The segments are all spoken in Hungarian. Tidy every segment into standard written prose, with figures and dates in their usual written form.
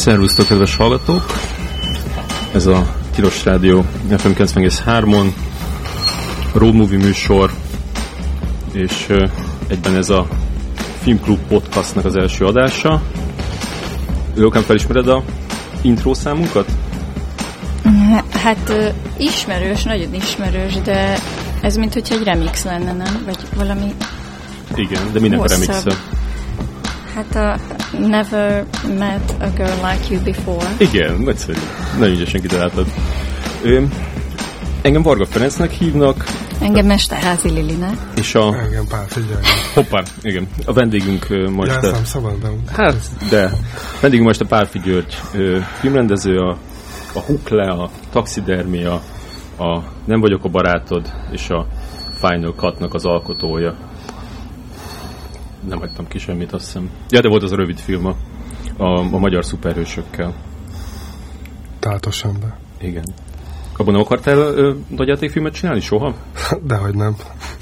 Szervusztok, kedves hallgatók! Ez a Tilos Rádió FM 90,3-on Road Movie műsor, és egyben ez a Filmklub podcastnak az első adása. Jókám, felismered a intro számunkat? Hát ismerős, nagyon ismerős, de ez mint hogyha egy remix lenne, nem? Vagy valami... Igen, de minek a remixel? Hát a Never Met a Girl Like You Before. Igen, nagyszerű. Nagyon ügyesen kitaláltad. Engem Varga Ferencnek hívnak. Engem Mesterházi Lilinek. És engem Pálfi György. Hoppá, igen. A vendégünk ma este... Jelzem szabad be. Hát, de. Vendégünk ma este Pálfi György filmrendező, a Hukle, a Taxidermia, a Nem vagyok a barátod és a Final Cut-nak az alkotója. Nem hagytam ki semmit, azt hiszem. Ja, de volt az a rövid film a magyar szuperhősökkel. Tátos ember. Igen. Abban nem akartál nagyjátékfilmet csinálni soha? Dehogy nem.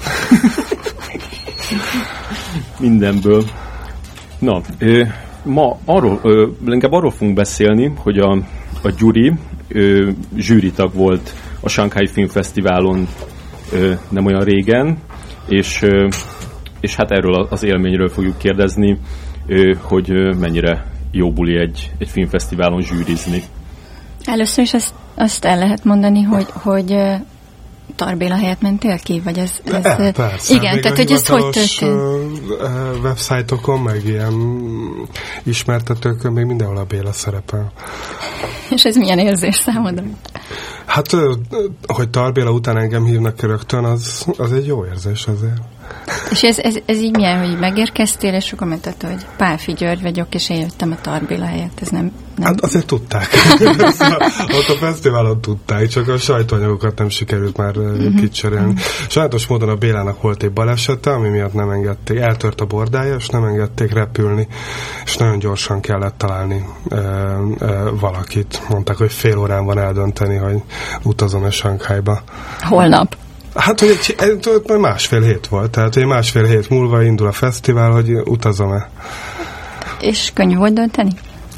Mindenből. Na, ma inkább arról fogunk beszélni, hogy a Gyuri zsűritag volt a Shanghai Filmfesztiválon nem olyan régen, és hát erről az élményről fogjuk kérdezni, hogy mennyire jó buli egy filmfesztiválon zsűrizni. Először is azt el lehet mondani, hogy Tarbéla helyett mentél ki? Vagy ez persze. Igen, tehát hogy ez hogy történt? Websájtokon, meg ilyen ismertetőkön még mindenhol a Béla szerepel. És ez milyen érzés számodra? Hát, hogy Tarbéla után engem hívnak rögtön, az egy jó érzés azért. És ez így milyen, hogy megérkeztél, és akkor mondtad, hogy Pálfi György vagyok, és én jöttem a Tarbéla helyett, ez nem... Hát azért tudták. Ott a fesztiválon tudták, csak a sajtóanyagokat nem sikerült már kicserélni. Sajátos módon a Bélának volt egy balesete, ami miatt nem engedték, eltört a bordája, és nem engedték repülni, és nagyon gyorsan kellett találni valakit. Mondták, hogy fél órán van eldönteni, hogy utazom-e Sanghajba. Holnap. Hát, hogy másfél hét volt, tehát hogy másfél hét múlva indul a fesztivál, hogy utazom-e. És könnyű volt dönteni?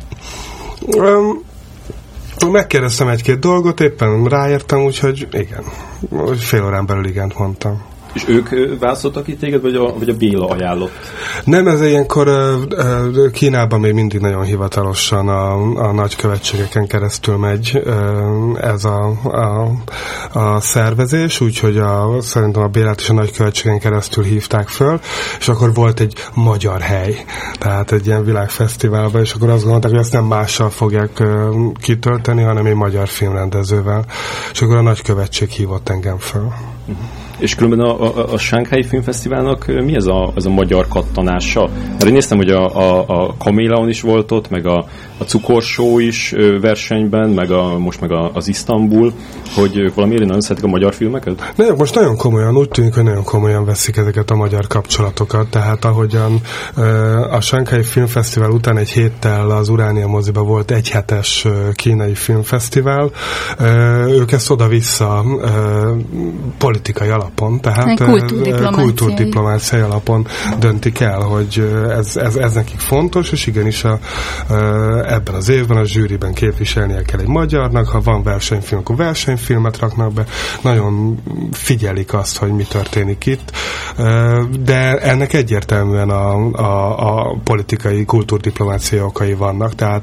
Megkérdeztem egy-két dolgot, éppen ráértem, úgyhogy igen, fél órán belül igent mondtam. És ők választottak itt téged, vagy a Béla ajánlott? Nem, ez ilyenkor Kínában még mindig nagyon hivatalosan a nagykövetségeken keresztül megy ez a szervezés, úgyhogy szerintem a Bélát is a nagykövetségen keresztül hívták föl, és akkor volt egy magyar hely, tehát egy ilyen világfesztiválban, és akkor azt gondolták, hogy ezt nem mással fogják kitölteni, hanem egy magyar filmrendezővel, és akkor a nagykövetség hívott engem föl. És különben a Shanghai Filmfesztiválnak mi ez a magyar kattanása? Mert én néztem, hogy a Kaméleon is volt ott, meg a Cukorshow is versenyben, most meg az Isztambul, hogy valamiért nagyon szeretik a magyar filmeket? Ne, most nagyon komolyan, úgy tűnik, hogy nagyon komolyan veszik ezeket a magyar kapcsolatokat, tehát ahogyan a Shanghai Filmfesztivál után egy héttel az Uránia moziba volt egy hetes kínai filmfesztivál, ők ezt oda-vissza politikai alapon, tehát kultúrdiplomáciai alapon döntik el, hogy ez nekik fontos, és igenis ebben az évben a zsűriben képviselnie kell egy magyarnak, ha van versenyfilm, akkor versenyfilmet raknak be, nagyon figyelik azt, hogy mi történik itt, de ennek egyértelműen a politikai kultúrdiplomáciai okai vannak, tehát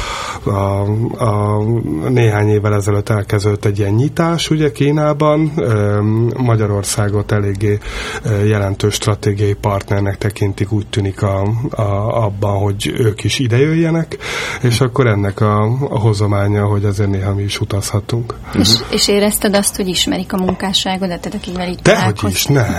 a néhány évvel ezelőtt elkezdődött egy ilyen nyitás, ugye Kínában, Magyarországot eléggé jelentős stratégiai partnernek tekintik, úgy tűnik abban, hogy ők is idejöjjenek, és akkor ennek a hozománya, hogy azért néha mi is utazhatunk. És érezted azt, hogy ismerik a munkásságodat, tehát akikvel itt találkoztál? Dehogy is, nem.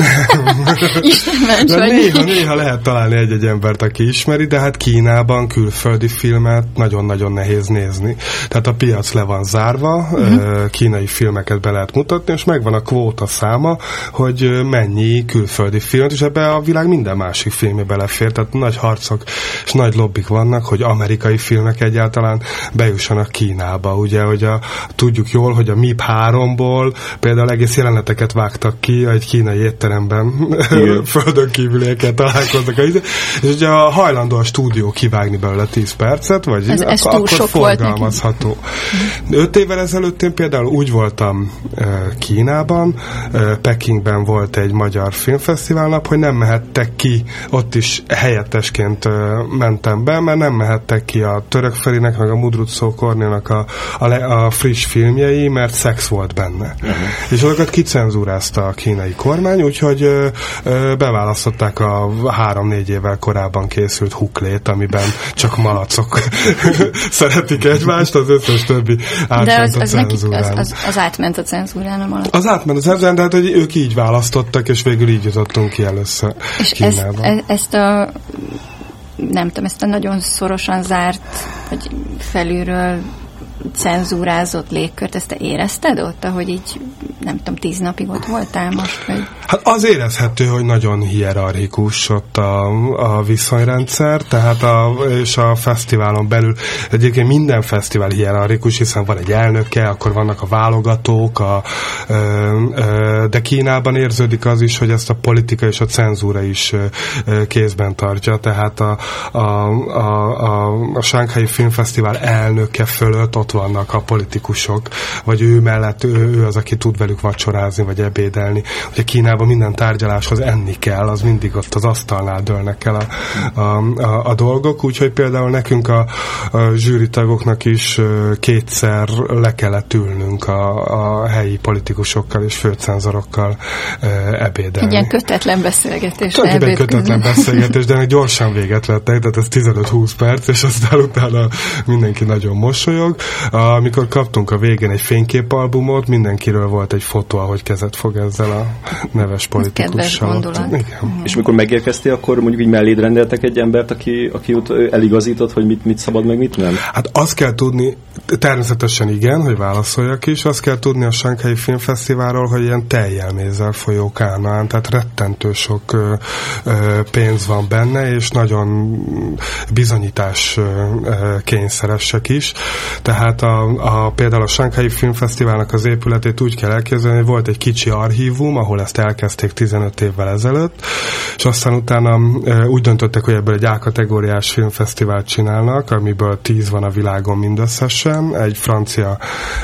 Néha lehet találni egy embert, aki ismeri, de hát Kínában külföldi filmet nagyon-nagyon nehéz nézni. Tehát a piac le van zárva, kínai filmeket be lehet mutatni, és megvan a a kvóta száma, hogy mennyi külföldi filmet, és ebbe a világ minden másik filmje belefér, tehát nagy harcok és nagy lobbik vannak, hogy amerikai filmek egyáltalán bejussanak Kínába. Ugye, hogy tudjuk jól, hogy a MIB 3-ból például egész jeleneteket vágtak ki egy kínai étteremben földön kívüliekkel találkoznak. És ugye hajlandó a stúdió kivágni belőle 10 percet, vagy ez akkor forgalmazható. 5 évvel ezelőtt én például úgy voltam Kínában, Pekingben volt egy magyar filmfesztiválnap, hogy nem mehettek ki, ott is helyettesként mentem be, mert nem mehettek ki a Török Ferinek, meg a Mudruczó Kornélnak a friss filmjei, mert szex volt benne. És azokat kicenzúrázta a kínai kormány, úgyhogy beválasztották a 3-4 évvel korábban készült Huklét, amiben csak malacok szeretik egymást, az összes többi átment a cenzúrán. Az átment a cenzúrán a malac. Az átment a cenzúrán, de hát, hogy ők így választottak, és végül így jutottunk ki először Kínában. Ezt a nem tudom, ezt a nagyon szorosan zárt, vagy felülről cenzúrázott légkört, ezt te érezted ott, ahogy így, nem tudom, 10 napig ott voltál most? Vagy? Hát az érezhető, hogy nagyon hierarchikus ott a viszonyrendszer, tehát és a fesztiválon belül egyébként minden fesztivál hierarchikus, hiszen van egy elnöke, akkor vannak a válogatók, de Kínában érződik az is, hogy ezt a politika és a cenzúra is kézben tartja, tehát a Shanghai Filmfesztivál elnöke fölött ott vannak a politikusok, vagy ő mellett ő az, aki tud velük vacsorázni, vagy ebédelni. Ugye Kínában minden tárgyaláshoz enni kell, az mindig ott az asztalnál dőlnek el a dolgok, úgyhogy például nekünk a zsűritagoknak is 2-szer le kellett ülnünk a helyi politikusokkal és főcenzorokkal ebédelni. Egy ilyen kötetlen beszélgetés. Kötetlen beszélgetés, de gyorsan véget vettek, tehát ez 15-20 perc, és aztán utána mindenki nagyon mosolyog. Amikor kaptunk a végén egy fényképalbumot, mindenkiről volt egy fotó, ahogy kezet fog ezzel a neves politikussal. És mikor megérkeztél, akkor mondjuk így melléd rendeltek egy embert, aki ott eligazított, hogy mit szabad, meg mit nem? Hát azt kell tudni, természetesen igen, hogy válaszoljak is, azt kell tudni a Shanghai Filmfesztiválról, hogy ilyen tejjelmézzel folyó Kánaán, tehát rettentő sok pénz van benne, és nagyon bizonyítás kényszeresek is. Tehát például a Shanghai Filmfesztiválnak az épületét úgy kell elképzelni, hogy volt egy kicsi archívum, ahol ezt elkezdték 15 évvel ezelőtt, és aztán utána úgy döntöttek, hogy ebből egy A-kategóriás filmfesztivált csinálnak, amiből 10 van a világon mindösszesen. Egy francia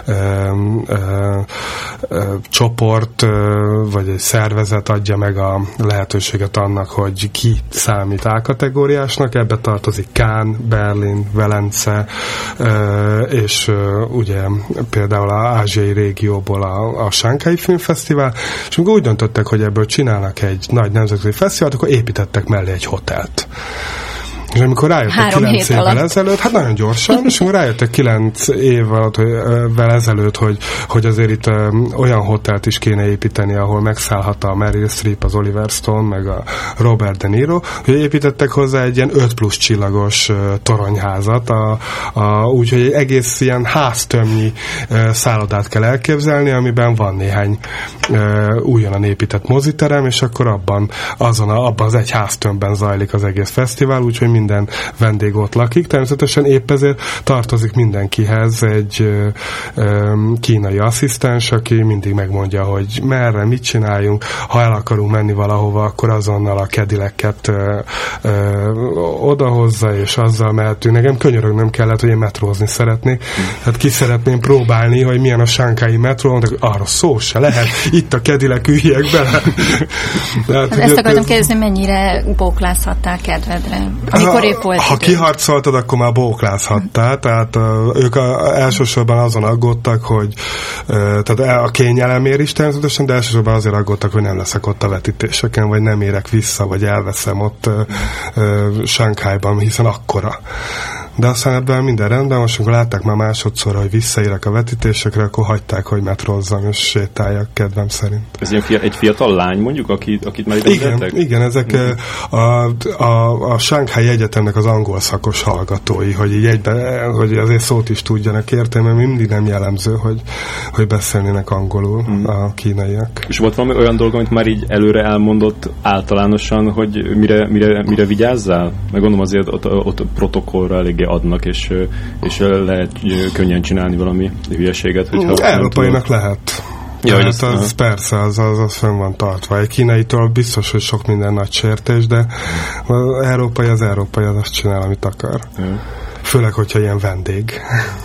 csoport, vagy egy szervezet adja meg a lehetőséget annak, hogy ki számít A-kategóriásnak. Ebbe tartozik Cannes, Berlin, Velence, és ugye például az ázsiai régióból a Shanghai Filmfesztivál, és amikor úgy döntöttek, hogy ebből csinálnak egy nagy nemzetközi fesztivált, akkor építettek mellé egy hotelt. És amikor rájöttek 9 évvel ezelőtt, hát nagyon gyorsan, és amikor rájöttek 9 évvel ezelőtt, hogy azért itt olyan hotelt is kéne építeni, ahol megszállhat a Meryl Streep, az Oliver Stone, meg a Robert De Niro, hogy építettek hozzá egy ilyen 5+ csillagos toronyházat, úgyhogy egy egész ilyen háztömnyi szállodát kell elképzelni, amiben van néhány újonnan épített moziterem, és akkor abban az egy háztömbben zajlik az egész fesztivál, úgyhogy minden vendég ott lakik. Természetesen épp ezért tartozik mindenkihez egy kínai asszisztens, aki mindig megmondja, hogy merre, mit csináljunk. Ha el akarunk menni valahova, akkor azonnal a Cadillac-et odahozza, és azzal mehetünk. Nekem könyörögnem kellett, hogy én metrózni szeretnék. Tehát ki szeretném próbálni, hogy milyen a Shanghai metró, mondták, hogy arra szó se lehet. Itt a Cadillac, üljek bele. Tehát, ezt akartam kérdezni, mennyire bóklázhattál kedvedre? Amikor épp volt ha kiharcoltad, akkor már bóklázhattál, tehát ők elsősorban azon aggódtak, hogy tehát a kényelemért is természetesen, de elsősorban azért aggódtak, hogy nem leszek ott a vetítéseken, vagy nem érek vissza, vagy elveszem ott Shanghaiban, hiszen akkora. de aztán ebben minden rendben, most amikor látták már másodszor, hogy visszaérek a vetítésekre, akkor hagyták, hogy metrozzam és sétáljak kedvem szerint. Ez egy fiatal lány mondjuk, akit már ide Igen, ezek a Shanghai Egyetemnek az angol szakos hallgatói, hogy így hogy azért szót is tudjanak érteni, mert mindig nem jellemző, hogy beszélnének angolul a kínaiak. És volt valami olyan dolog, amit már így előre elmondott általánosan, hogy mire vigyázzál? Meg gondolom azért ott protokollra eléggé adnak, és lehet könnyen csinálni valami hülyeséget. Európainak lehet. Ja, az persze, az fenn van tartva. Egy kínaitól biztos, hogy sok minden nagy sértés, de az európai az azt csinál, amit akar. Ja. Főleg, hogyha ilyen vendég.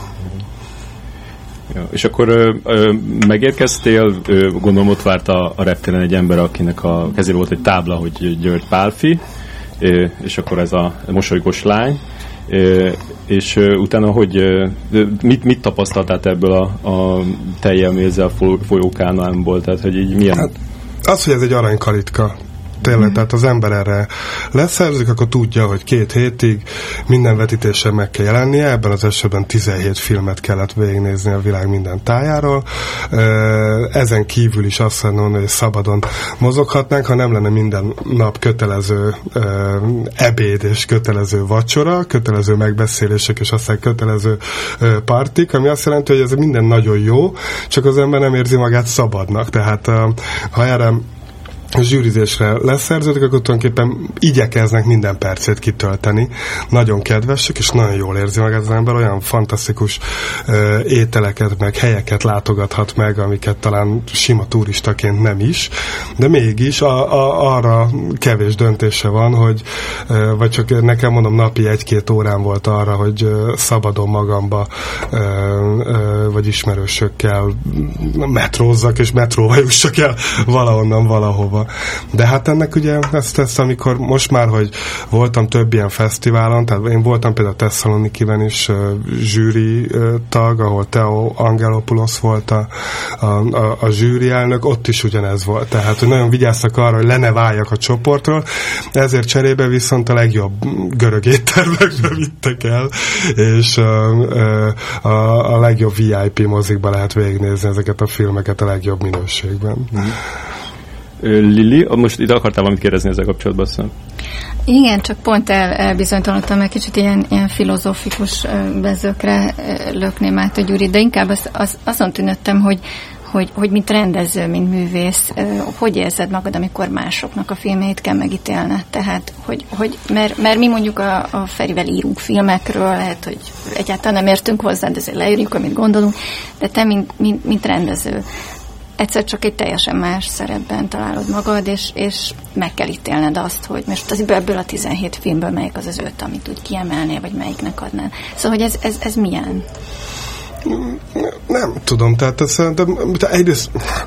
Ja, és akkor megérkeztél, gondolom ott várt a reptéren egy ember, akinek a kezében volt egy tábla, hogy György Pálfi, és akkor ez a mosolygós lány, és utána, hogy mit tapasztaltál ebből a tejjel mézzel folyó Kánaánból? Tehát, hogy így milyen... Hát, az, hogy ez egy aranykalitka. Tényleg, tehát az ember erre leszerzik, akkor tudja, hogy 2 hétig minden vetítésen meg kell jelennie, ebben az esetben 17 filmet kellett végignézni a világ minden tájáról. Ezen kívül is azt mondom, hogy szabadon mozoghatnánk, ha nem lenne minden nap kötelező ebéd és kötelező vacsora, kötelező megbeszélések és aztán kötelező partik, ami azt jelenti, hogy ez minden nagyon jó, csak az ember nem érzi magát szabadnak. Tehát ha erre a zsűrizésre leszerződik, akkor tulajdonképpen igyekeznek minden percét kitölteni. Nagyon kedvesek, és nagyon jól érzi meg az ember, olyan fantasztikus ételeket, meg helyeket látogathat meg, amiket talán sima turistaként nem is, de mégis arra kevés döntése van, hogy vagy csak nekem mondom, napi 1-2 órán volt arra, hogy szabadon magamba vagy ismerősökkel metrózzak, és metróval jussak el valahonnan valahova. De hát ennek ugye ezt amikor most már, hogy voltam több ilyen fesztiválon, tehát én voltam például Tesszalonikiben is zsűri tag, ahol Theo Angelopoulos volt a zsűri elnök, ott is ugyanez volt. Tehát, hogy nagyon vigyáztak arra, hogy le ne váljak a csoportról, ezért cserébe viszont a legjobb görög éttermekbe vittek el, és a legjobb VIP mozikba lehet végignézni ezeket a filmeket a legjobb minőségben. Lili, most ide akartál valamit kérdezni ezzel kapcsolatban? Aztán? Igen, csak pont elbizonytalanodtam, mert kicsit ilyen filozófikus bezőkre lökném át a Gyuri, de inkább azon tűnöttem, hogy mint rendező, mint művész, hogy érzed magad, amikor másoknak a filmjeit kell megítélned? Tehát, mert mi mondjuk a Ferivel írunk filmekről, lehet, hogy egyáltalán nem értünk hozzá, de azért leírjuk, amit gondolunk, de te, mint rendező, egyszer csak egy teljesen más szerepben találod magad, és meg kell ítélned azt, hogy most ebből a 17 filmből melyik az 5, amit úgy kiemelnél, vagy melyiknek adnál. Szóval, hogy ez milyen? Nem tudom, tehát de egyrészt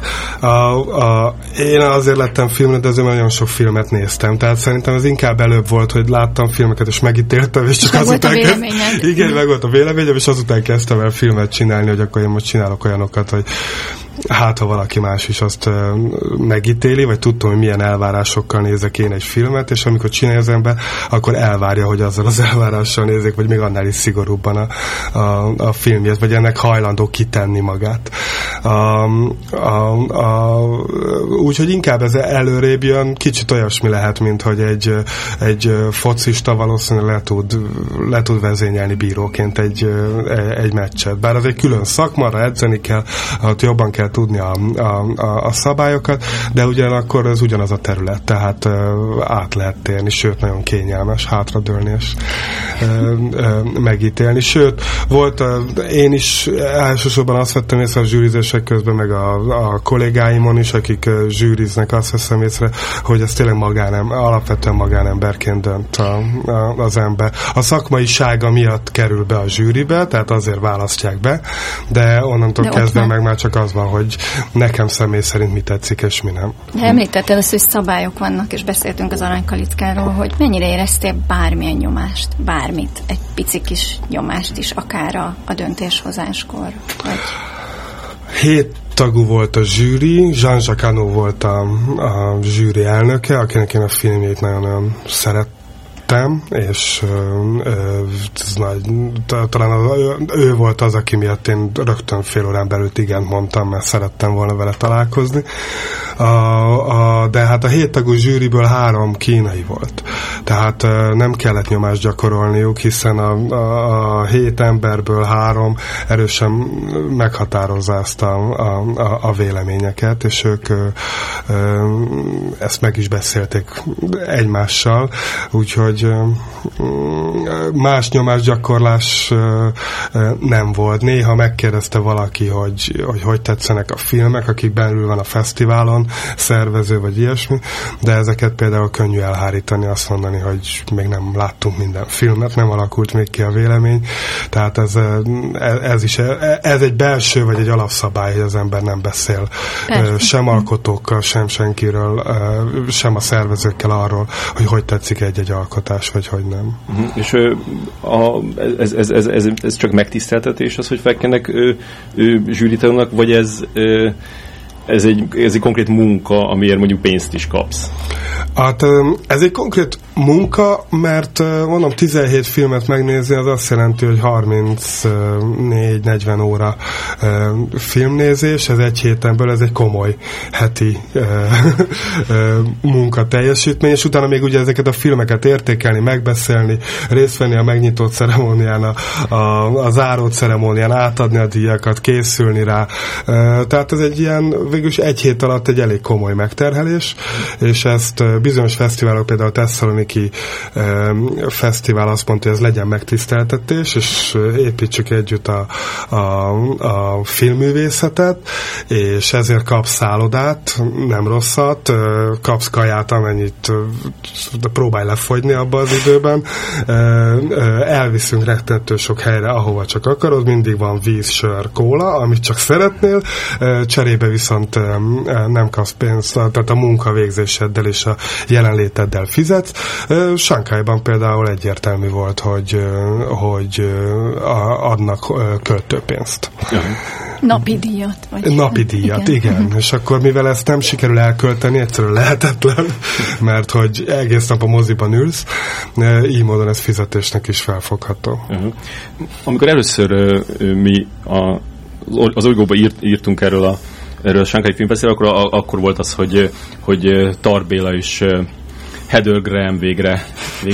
én azért lettem filmrendező, mert nagyon sok filmet néztem, tehát szerintem ez inkább előbb volt, hogy láttam filmeket, és megítéltem, és csak azután igen, meg volt a véleményem, és azután kezdtem el filmet csinálni, hogy akkor én most csinálok olyanokat, hogy hát, ha valaki más is azt megítéli, vagy tudtam, hogy milyen elvárásokkal nézek én egy filmet, és amikor csinálja az ember, akkor elvárja, hogy azzal az elvárással nézzék, vagy még annál is szigorúbban a filmjét, vagy ennek hajlandó kitenni magát. Úgyhogy inkább ez előrébb jön, kicsit olyasmi lehet, mint hogy egy focista valószínűleg le tud vezényelni bíróként egy meccset. Bár az egy külön szakma, edzeni kell, jobban kell tudni a szabályokat, de ugyanakkor ez ugyanaz a terület, tehát át lehet térni, sőt, nagyon kényelmes hátradőlni és megítélni. Sőt, volt, én is elsősorban azt vettem észre a zsűrizések közben, meg a kollégáimon is, akik zsűriznek, azt veszem észre, hogy ez tényleg alapvetően magánemberként dönt az ember. A szakmaisága miatt kerül be a zsűribe, tehát azért választják be, de onnantól kezdve meg már csak az van, hogy nekem személy szerint mi tetszik, és mi nem. Említetted azt, hogy szabályok vannak, és beszéltünk az aranykalitkáról, hogy mennyire éreztél bármilyen nyomást, bármit, egy pici kis nyomást is, akár a döntéshozáskor? Vagy... 7 tagú volt a zsűri, Jean-Jacques Hano volt a zsűri elnöke, akinek én a filmjét nagyon-nagyon szerettem, szerettem, és talán ő volt az, aki miatt én rögtön fél órán belül igent mondtam, mert szerettem volna vele találkozni. De hát a 7 tagú zsűriből 3 kínai volt. Tehát nem kellett nyomást gyakorolniuk, hiszen a 7 emberből 3 erősen meghatározza ezt a véleményeket, és ők ezt meg is beszélték egymással, úgyhogy más nyomásgyakorlás nem volt. Néha megkérdezte valaki, hogy tetszenek a filmek, akik belül van a fesztiválon, szervező vagy ilyesmi, de ezeket például könnyű elhárítani, azt mondani, hogy még nem láttunk minden filmet, nem alakult még ki a vélemény, tehát ez egy belső vagy egy alapszabály, hogy az ember nem beszél sem alkotókkal, sem senkiről, sem a szervezőkkel arról, hogy tetszik egy alkotás, vagy hogy nem. És ez csak megtiszteltetés az, hogy felkennek zsűritagnak, vagy ez egy konkrét munka, amiért mondjuk pénzt is kapsz? Hát ez egy konkrét munka, mert mondom, 17 filmet megnézni, az azt jelenti, hogy 34-40 óra filmnézés, ez egy hétenből, ez egy komoly heti munka teljesítmény, és utána még ugye ezeket a filmeket értékelni, megbeszélni, részt venni a megnyitó ceremónián, a záró ceremónián, átadni a díjakat, készülni rá. Tehát ez egy ilyen, végülis egy hét alatt egy elég komoly megterhelés, és ezt bizonyos fesztiválok, például a Thessaloniki fesztivál azt mondta, hogy ez legyen megtiszteltetés, és építsük együtt a filmművészetet, és ezért kapsz szállodát, nem rosszat, kapsz kaját, amennyit próbálj lefogyni abba az időben, elviszünk rettenető sok helyre, ahova csak akarod, mindig van víz, sör, kóla, amit csak szeretnél, cserébe viszont nem kapsz pénzt, tehát a munkavégzéseddel és a jelenléteddel fizetsz. Sankhájban például egyértelmű volt, hogy adnak költőpénzt. Napi díjat. Napi díjat, igen. És akkor mivel ezt nem sikerül elkölteni, egyszerűen lehetetlen, mert hogy egész nap a moziban ülsz, így módon ez fizetésnek is felfogható. Amikor először mi az Origóba írtunk erről a Shanghai Filmfesztivál, akkor volt az, hogy Tar Béla és Heather Graham végre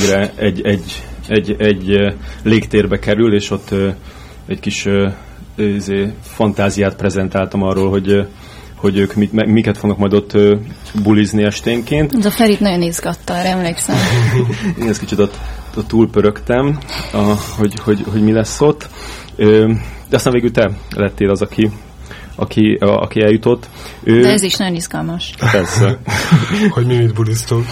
egy légtérbe kerül, és ott egy kis fantáziát prezentáltam arról, hogy ők miket fognak majd ott bulizni esténként. Ez a Ferit nagyon izgatta, arra emlékszem. Én ezt kicsit ott túlpörögtem, hogy mi lesz ott. De aztán végül te lettél az, aki eljutott. De ez is nagyon izgalmas. Persze. Hogy mi mit buliztunk.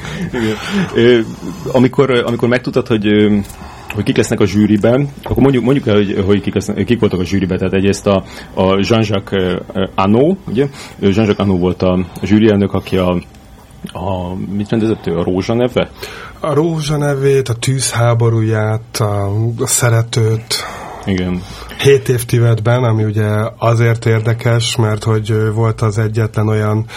Amikor megtudtad, hogy kik lesznek a zsűriben, akkor mondjuk el, hogy kik voltak a zsűriben. Tehát egyrészt a Jean-Jacques Annaud, ugye? Jean-Jacques Annaud volt a zsűrielnök, aki mit rendezett ő? A Rózsa neve? A Rózsa nevét, a Tűzháborúját, a Szeretőt. Igen. 7 év Tibetben, ami ugye azért érdekes, mert hogy volt az egyetlen olyan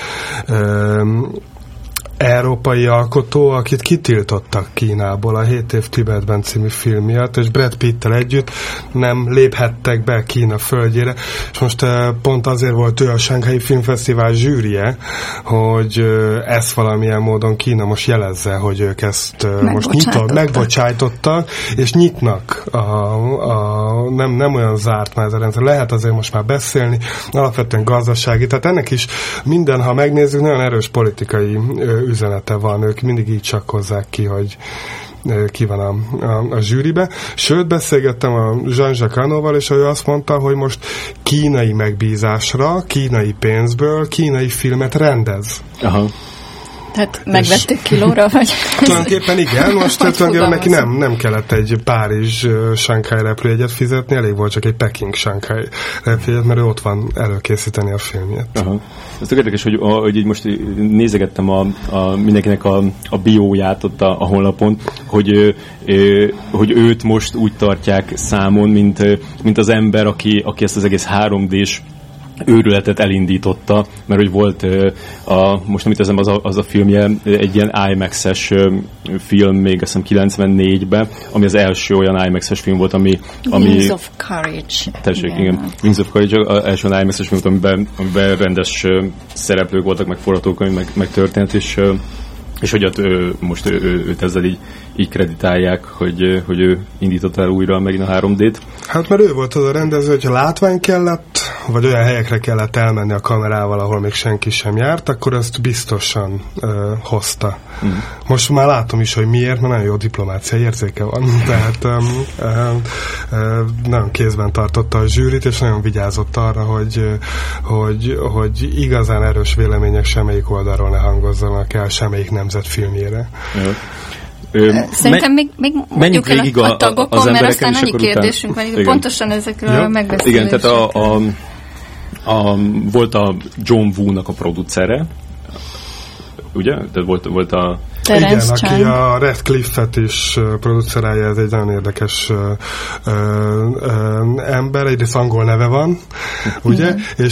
európai alkotó, akit kitiltottak Kínából a 7 év Tibetben című film miatt, és Brad Pitt-tel együtt nem léphettek be Kína földjére, és most pont azért volt ő a Shanghai Filmfesztivál zsűrije, hogy ezt valamilyen módon Kína most jelezze, hogy ők ezt most megbocsájtottak, és nyitnak nem olyan zárt már ez a rendszer. Lehet azért most már beszélni, alapvetően gazdasági, tehát ennek is minden, ha megnézzük, nagyon erős politikai üzenete van, ők mindig így csakkozzák ki, hogy ki van a zsűribe. Sőt, beszélgettem a Jean-Jacques Annaud-val, és ő azt mondta, hogy most kínai megbízásra, kínai pénzből kínai filmet rendez. Aha. Tehát megvettük kilóra, vagy? Tulajdonképpen igen, most tulajdonképpen neki nem kellett egy Párizs-Shanghai repülőjegyet fizetni, elég volt csak egy Peking-Shanghai repülőjegyet, mert ő ott van előkészíteni a filmjét. Aha. Ez tök érdekes, hogy így most nézegettem mindenkinek a bióját ott a honlapon, hogy őt most úgy tartják számon, mint az ember, aki ezt az egész 3D-s őrületet elindította, mert hogy volt most nem hiszem az a filmje, egy ilyen IMAX-es film még azt hiszem 94-ben, ami az első olyan IMAX-es film volt, ami Wings of Courage. Tessék, igen. Wings of Courage az első IMAX-es film, amiben rendes szereplők voltak, meg forgatókönyv, meg történet, és hogy most őt ezzel így kreditálják, hogy ő indította el újra megint a 3D-t. Hát mert ő volt az a rendező, hogyha látvány kellett, vagy olyan helyekre kellett elmenni a kamerával, ahol még senki sem járt, akkor ezt biztosan hozta. Most már látom is, hogy miért, mert nagyon jó diplomáciai érzéke van. Tehát nagyon kézben tartotta a zsűrit, és nagyon vigyázott arra, hogy igazán erős vélemények semmelyik oldalról ne hangozzanak el semmelyik nemzet filmjére. Szerintem még mondjuk el a tagokon, mert aztán annyi kérdésünk van, igen. Pontosan ezekről megbeszélésünk. Igen, tehát volt a John Woo-nak a producere, ugye? Tehát volt a igen, aki a Radcliffe-et is producerálja, ez egy nagyon érdekes ember, egyrészt angol neve van, ugye?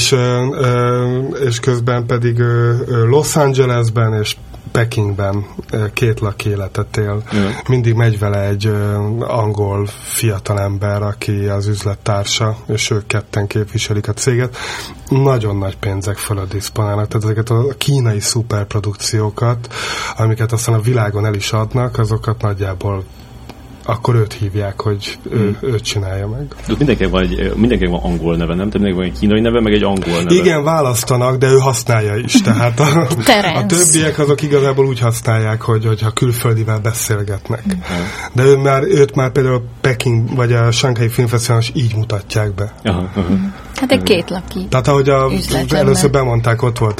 És közben pedig Los Angelesben és Pekingben két lakéletet él. Mindig megy vele egy angol fiatalember, aki az üzlettársa, és ők ketten képviselik a céget. Nagyon nagy pénzek fölött diszponálnak, tehát ezeket a kínai szuperprodukciókat, amiket aztán a világon el is adnak, azokat nagyjából akkor őt hívják, hogy őt csinálja meg. Mindenkinek van angol neve, nem? Tehát mindenkinek van egy kínai neve, meg egy angol neve. Igen, választanak, de ő használja is. Tehát a többiek azok igazából úgy használják, hogy ha külföldivel beszélgetnek. De őt már például Peking, vagy a Shanghai Filmfesztiválon is így mutatják be. Hát egy két laki. Tehát ahogy először bemondták, ott volt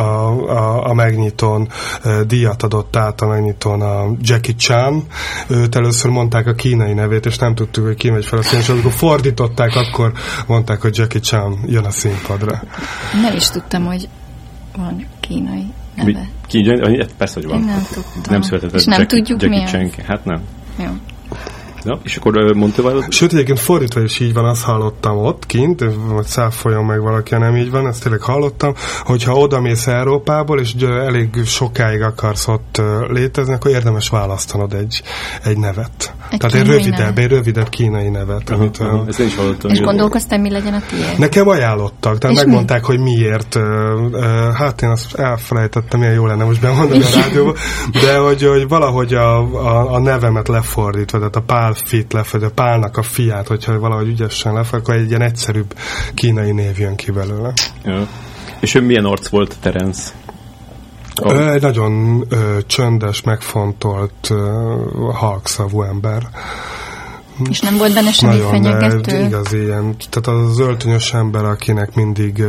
a megnyitón, díjat adott át a megnyitón a Jackie Chan, őt először mondták a kínai nevét, és nem tudtuk, hogy ki megy fel a színpadra, és amikor fordították, akkor mondták, hogy Jackie Chan jön a színpadra. Nem is tudtam, hogy van kínai neve. Kínai? Persze, hogy van. Én nem tudtam. Nem született és nem tudjuk Jackie Chan. Hát nem. Jó. Na, és akkor mondta sőt, egyébként fordítva is így van, azt hallottam ott kint, vagy száfoljon meg valaki, nem így van, ezt tényleg hallottam, hogyha odamész Európából, és elég sokáig akarsz ott létezni, akkor érdemes választanod egy nevet. Tehát egy rövidebb kínai nevet. Ezt én is hallottam. És gondolkoztál, mi legyen a tiéd? Nekem ajánlottak, tehát megmondták, hogy miért. Hát én azt elfelejtettem, milyen jó lenne most bemondani a rádióba, de hogy valahogy a nevemet lefordítva, tehát a Pál Fit vagy a Pálnak a fiát, hogyha valahogy ügyesen lefordítva, akkor egy ilyen egyszerűbb kínai név jön ki belőle. Ja. És ő milyen arc volt, Terence? Egy nagyon csöndes, megfontolt, halkszavú ember. És nem volt benne semmi fenyegető? Nagyon igaz ilyen. Tehát az öltönyös ember, akinek mindig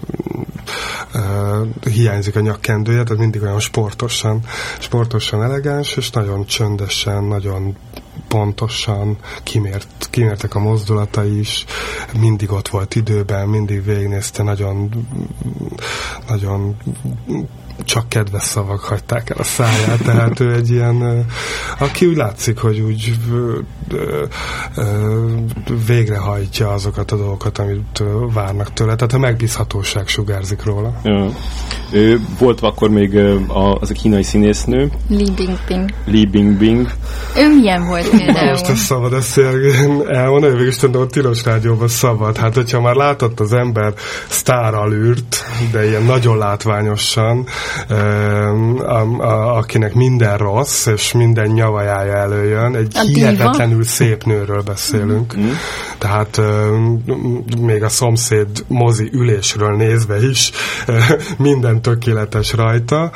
hiányzik a nyakkendője, tehát mindig olyan sportosan elegáns, és nagyon csöndesen, nagyon pontosan kimértek a mozdulatai is, mindig ott volt időben, mindig végignézte, nagyon csak kedves szavak hagyták el a száját, tehát ő egy ilyen, aki úgy látszik, hogy úgy végrehajtja azokat a dolgokat, amit várnak tőle, tehát a megbízhatóság sugárzik róla. Ja. Volt akkor még az a kínai színésznő. Li Bingbing. Ő milyen volt például? Most ezt szabad elmondani, végül is tudom, a Tilos Rádióban szabad. Hát, hogyha már látott az ember sztáralűrt, de ilyen nagyon látványosan, akinek minden rossz, és minden nyavajája előjön, egy hihetetlenül szép nőről beszélünk. Tehát még a szomszéd mozi ülésről nézve is minden tökéletes rajta,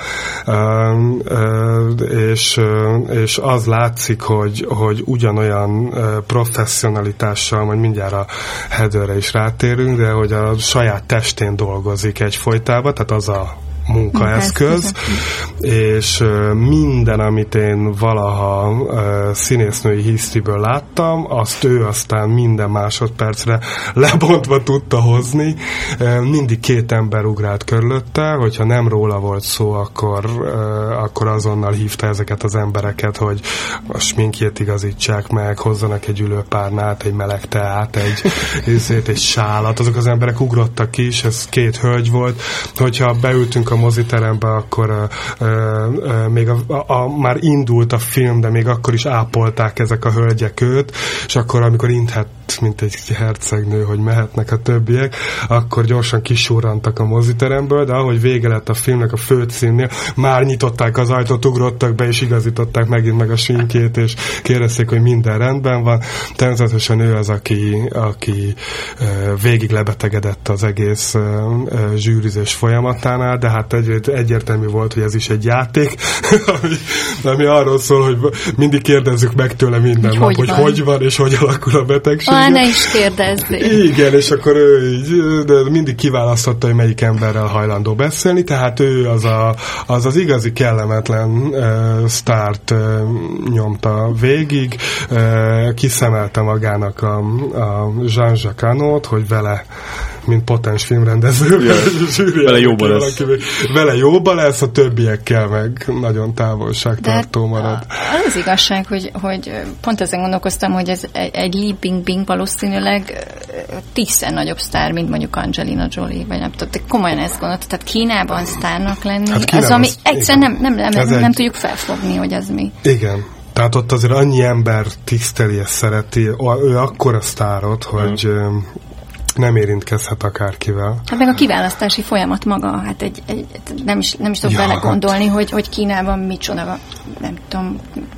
és az látszik, hogy ugyanolyan professzionalitással, majd mindjárt a Heatherre is rátérünk, de hogy a saját testén dolgozik egyfolytában, tehát az a munkaeszköz, és minden, amit én valaha színésznői hisztiből láttam, azt ő aztán minden másodpercre lebontva tudta hozni. Mindig két ember ugrált körülötte, hogyha nem róla volt szó, akkor azonnal hívta ezeket az embereket, hogy a sminkjét igazítsák meg, hozzanak egy ülőpárnát, egy meleg teát, egy sálat. Azok az emberek ugrottak is, ez két hölgy volt. Hogyha beültünk a moziterembe, akkor még már indult a film, de még akkor is ápolták ezek a hölgyek őt, és akkor, amikor inthet, mint egy hercegnő, hogy mehetnek a többiek, akkor gyorsan kisurrantak a moziteremből, de ahogy vége lett a filmnek a főcímnél, már nyitották az ajtót, ugrottak be, és igazították megint meg a sminkjét, és kérdezték, hogy minden rendben van. Természetesen ő az, aki végig lebetegedett az egész zsűrizés folyamatánál, de hát egyértelmű volt, hogy ez is egy játék, ami arról szól, hogy mindig kérdezzük meg tőle minden nap, hogy van, és hogy alakul a betegség. Ne is kérdezni. Igen, és akkor ő így, de mindig kiválasztotta, hogy melyik emberrel hajlandó beszélni, tehát ő az igazi kellemetlen sztárt nyomta végig, kiszemelte magának a Jean-Jacques Hannót, hogy vele, mint potens filmrendező, vele jóba lesz, a többiekkel meg nagyon távolságtartó marad. Az igazság, hogy pont ezen gondolkoztam, hogy ez egy Li Bingbing valószínűleg 10-szer nagyobb sztár, mint mondjuk Angelina Jolie, vagy nem tudom, komolyan ezt gondoltam. Tehát Kínában sztárnak lenni, hát az, ami egyszerűen nem tudjuk felfogni, hogy az mi. Igen. Tehát ott azért annyi ember tiszteli és szereti, ő akkora sztárot, hogy nem érintkezhet akárkivel. Hát meg a kiválasztási folyamat maga, hát nem is tudok bele gondolni, hogy Kínában micsoda, nem tudom,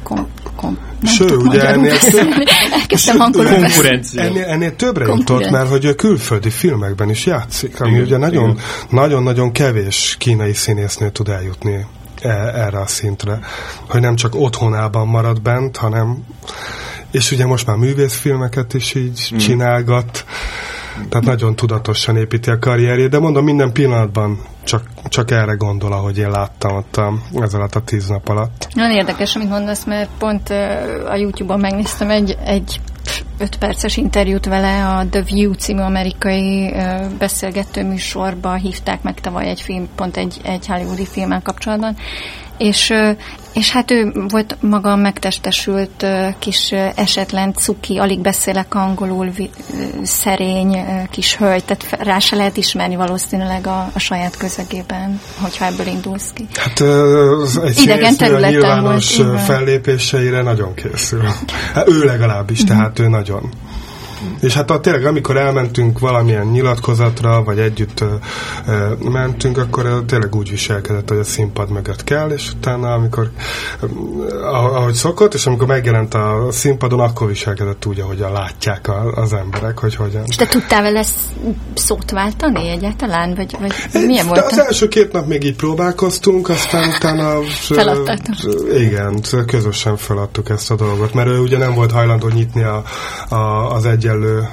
ennél többre jutott, mert hogy a külföldi filmekben is játszik, ami ugye nagyon-nagyon kevés kínai színésznő tud eljutni erre a szintre, hogy nem csak otthonában marad bent, hanem és ugye most már művészfilmeket is így csinálgat, tehát nagyon tudatosan építi a karrierjét, de mondom, minden pillanatban csak erre gondol, ahogy én láttam ott ez alatt a 10 nap alatt. Nagyon érdekes, amit mondasz, mert pont a YouTube-on megnéztem egy 5 perces interjút vele, a The View című amerikai beszélgető műsorba hívták meg tavaly pont egy hollywoodi filmmel kapcsolatban, és hát ő volt maga megtestesült kis esetlen cuki, alig beszélek angolul, szerény kis hölgy, tehát rá se lehet ismerni valószínűleg a saját közegében, hogyha ebből indulsz ki. Hát egy színésznő a nyilvános fellépéseire nagyon készül. Hát ő legalábbis, tehát ő nagyon. És hát tényleg, amikor elmentünk valamilyen nyilatkozatra, vagy együtt mentünk, akkor tényleg úgy viselkedett, hogy a színpad mögött kell, és utána, ahogy szokott, és amikor megjelent a színpadon, akkor viselkedett úgy, ahogyan látják az emberek, hogy hogyan. És te tudtál vele szót váltani egyáltalán? Vagy milyen volt? Az első 2 nap még így próbálkoztunk, aztán utána feladtátok. Igen, közösen feladtuk ezt a dolgot, mert ő ugye nem volt hajlandó nyitni az egyenlő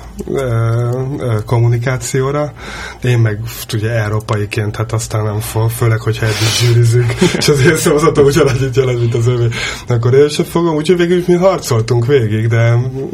kommunikációra. Én meg ugye európaiként, hát aztán nem főleg, hogyha együtt zsűrizünk, és azért szavazatom ugyanannyit jelent, mint az övé. Akkor én sem fogom, úgyhogy végül mi harcoltunk végig, de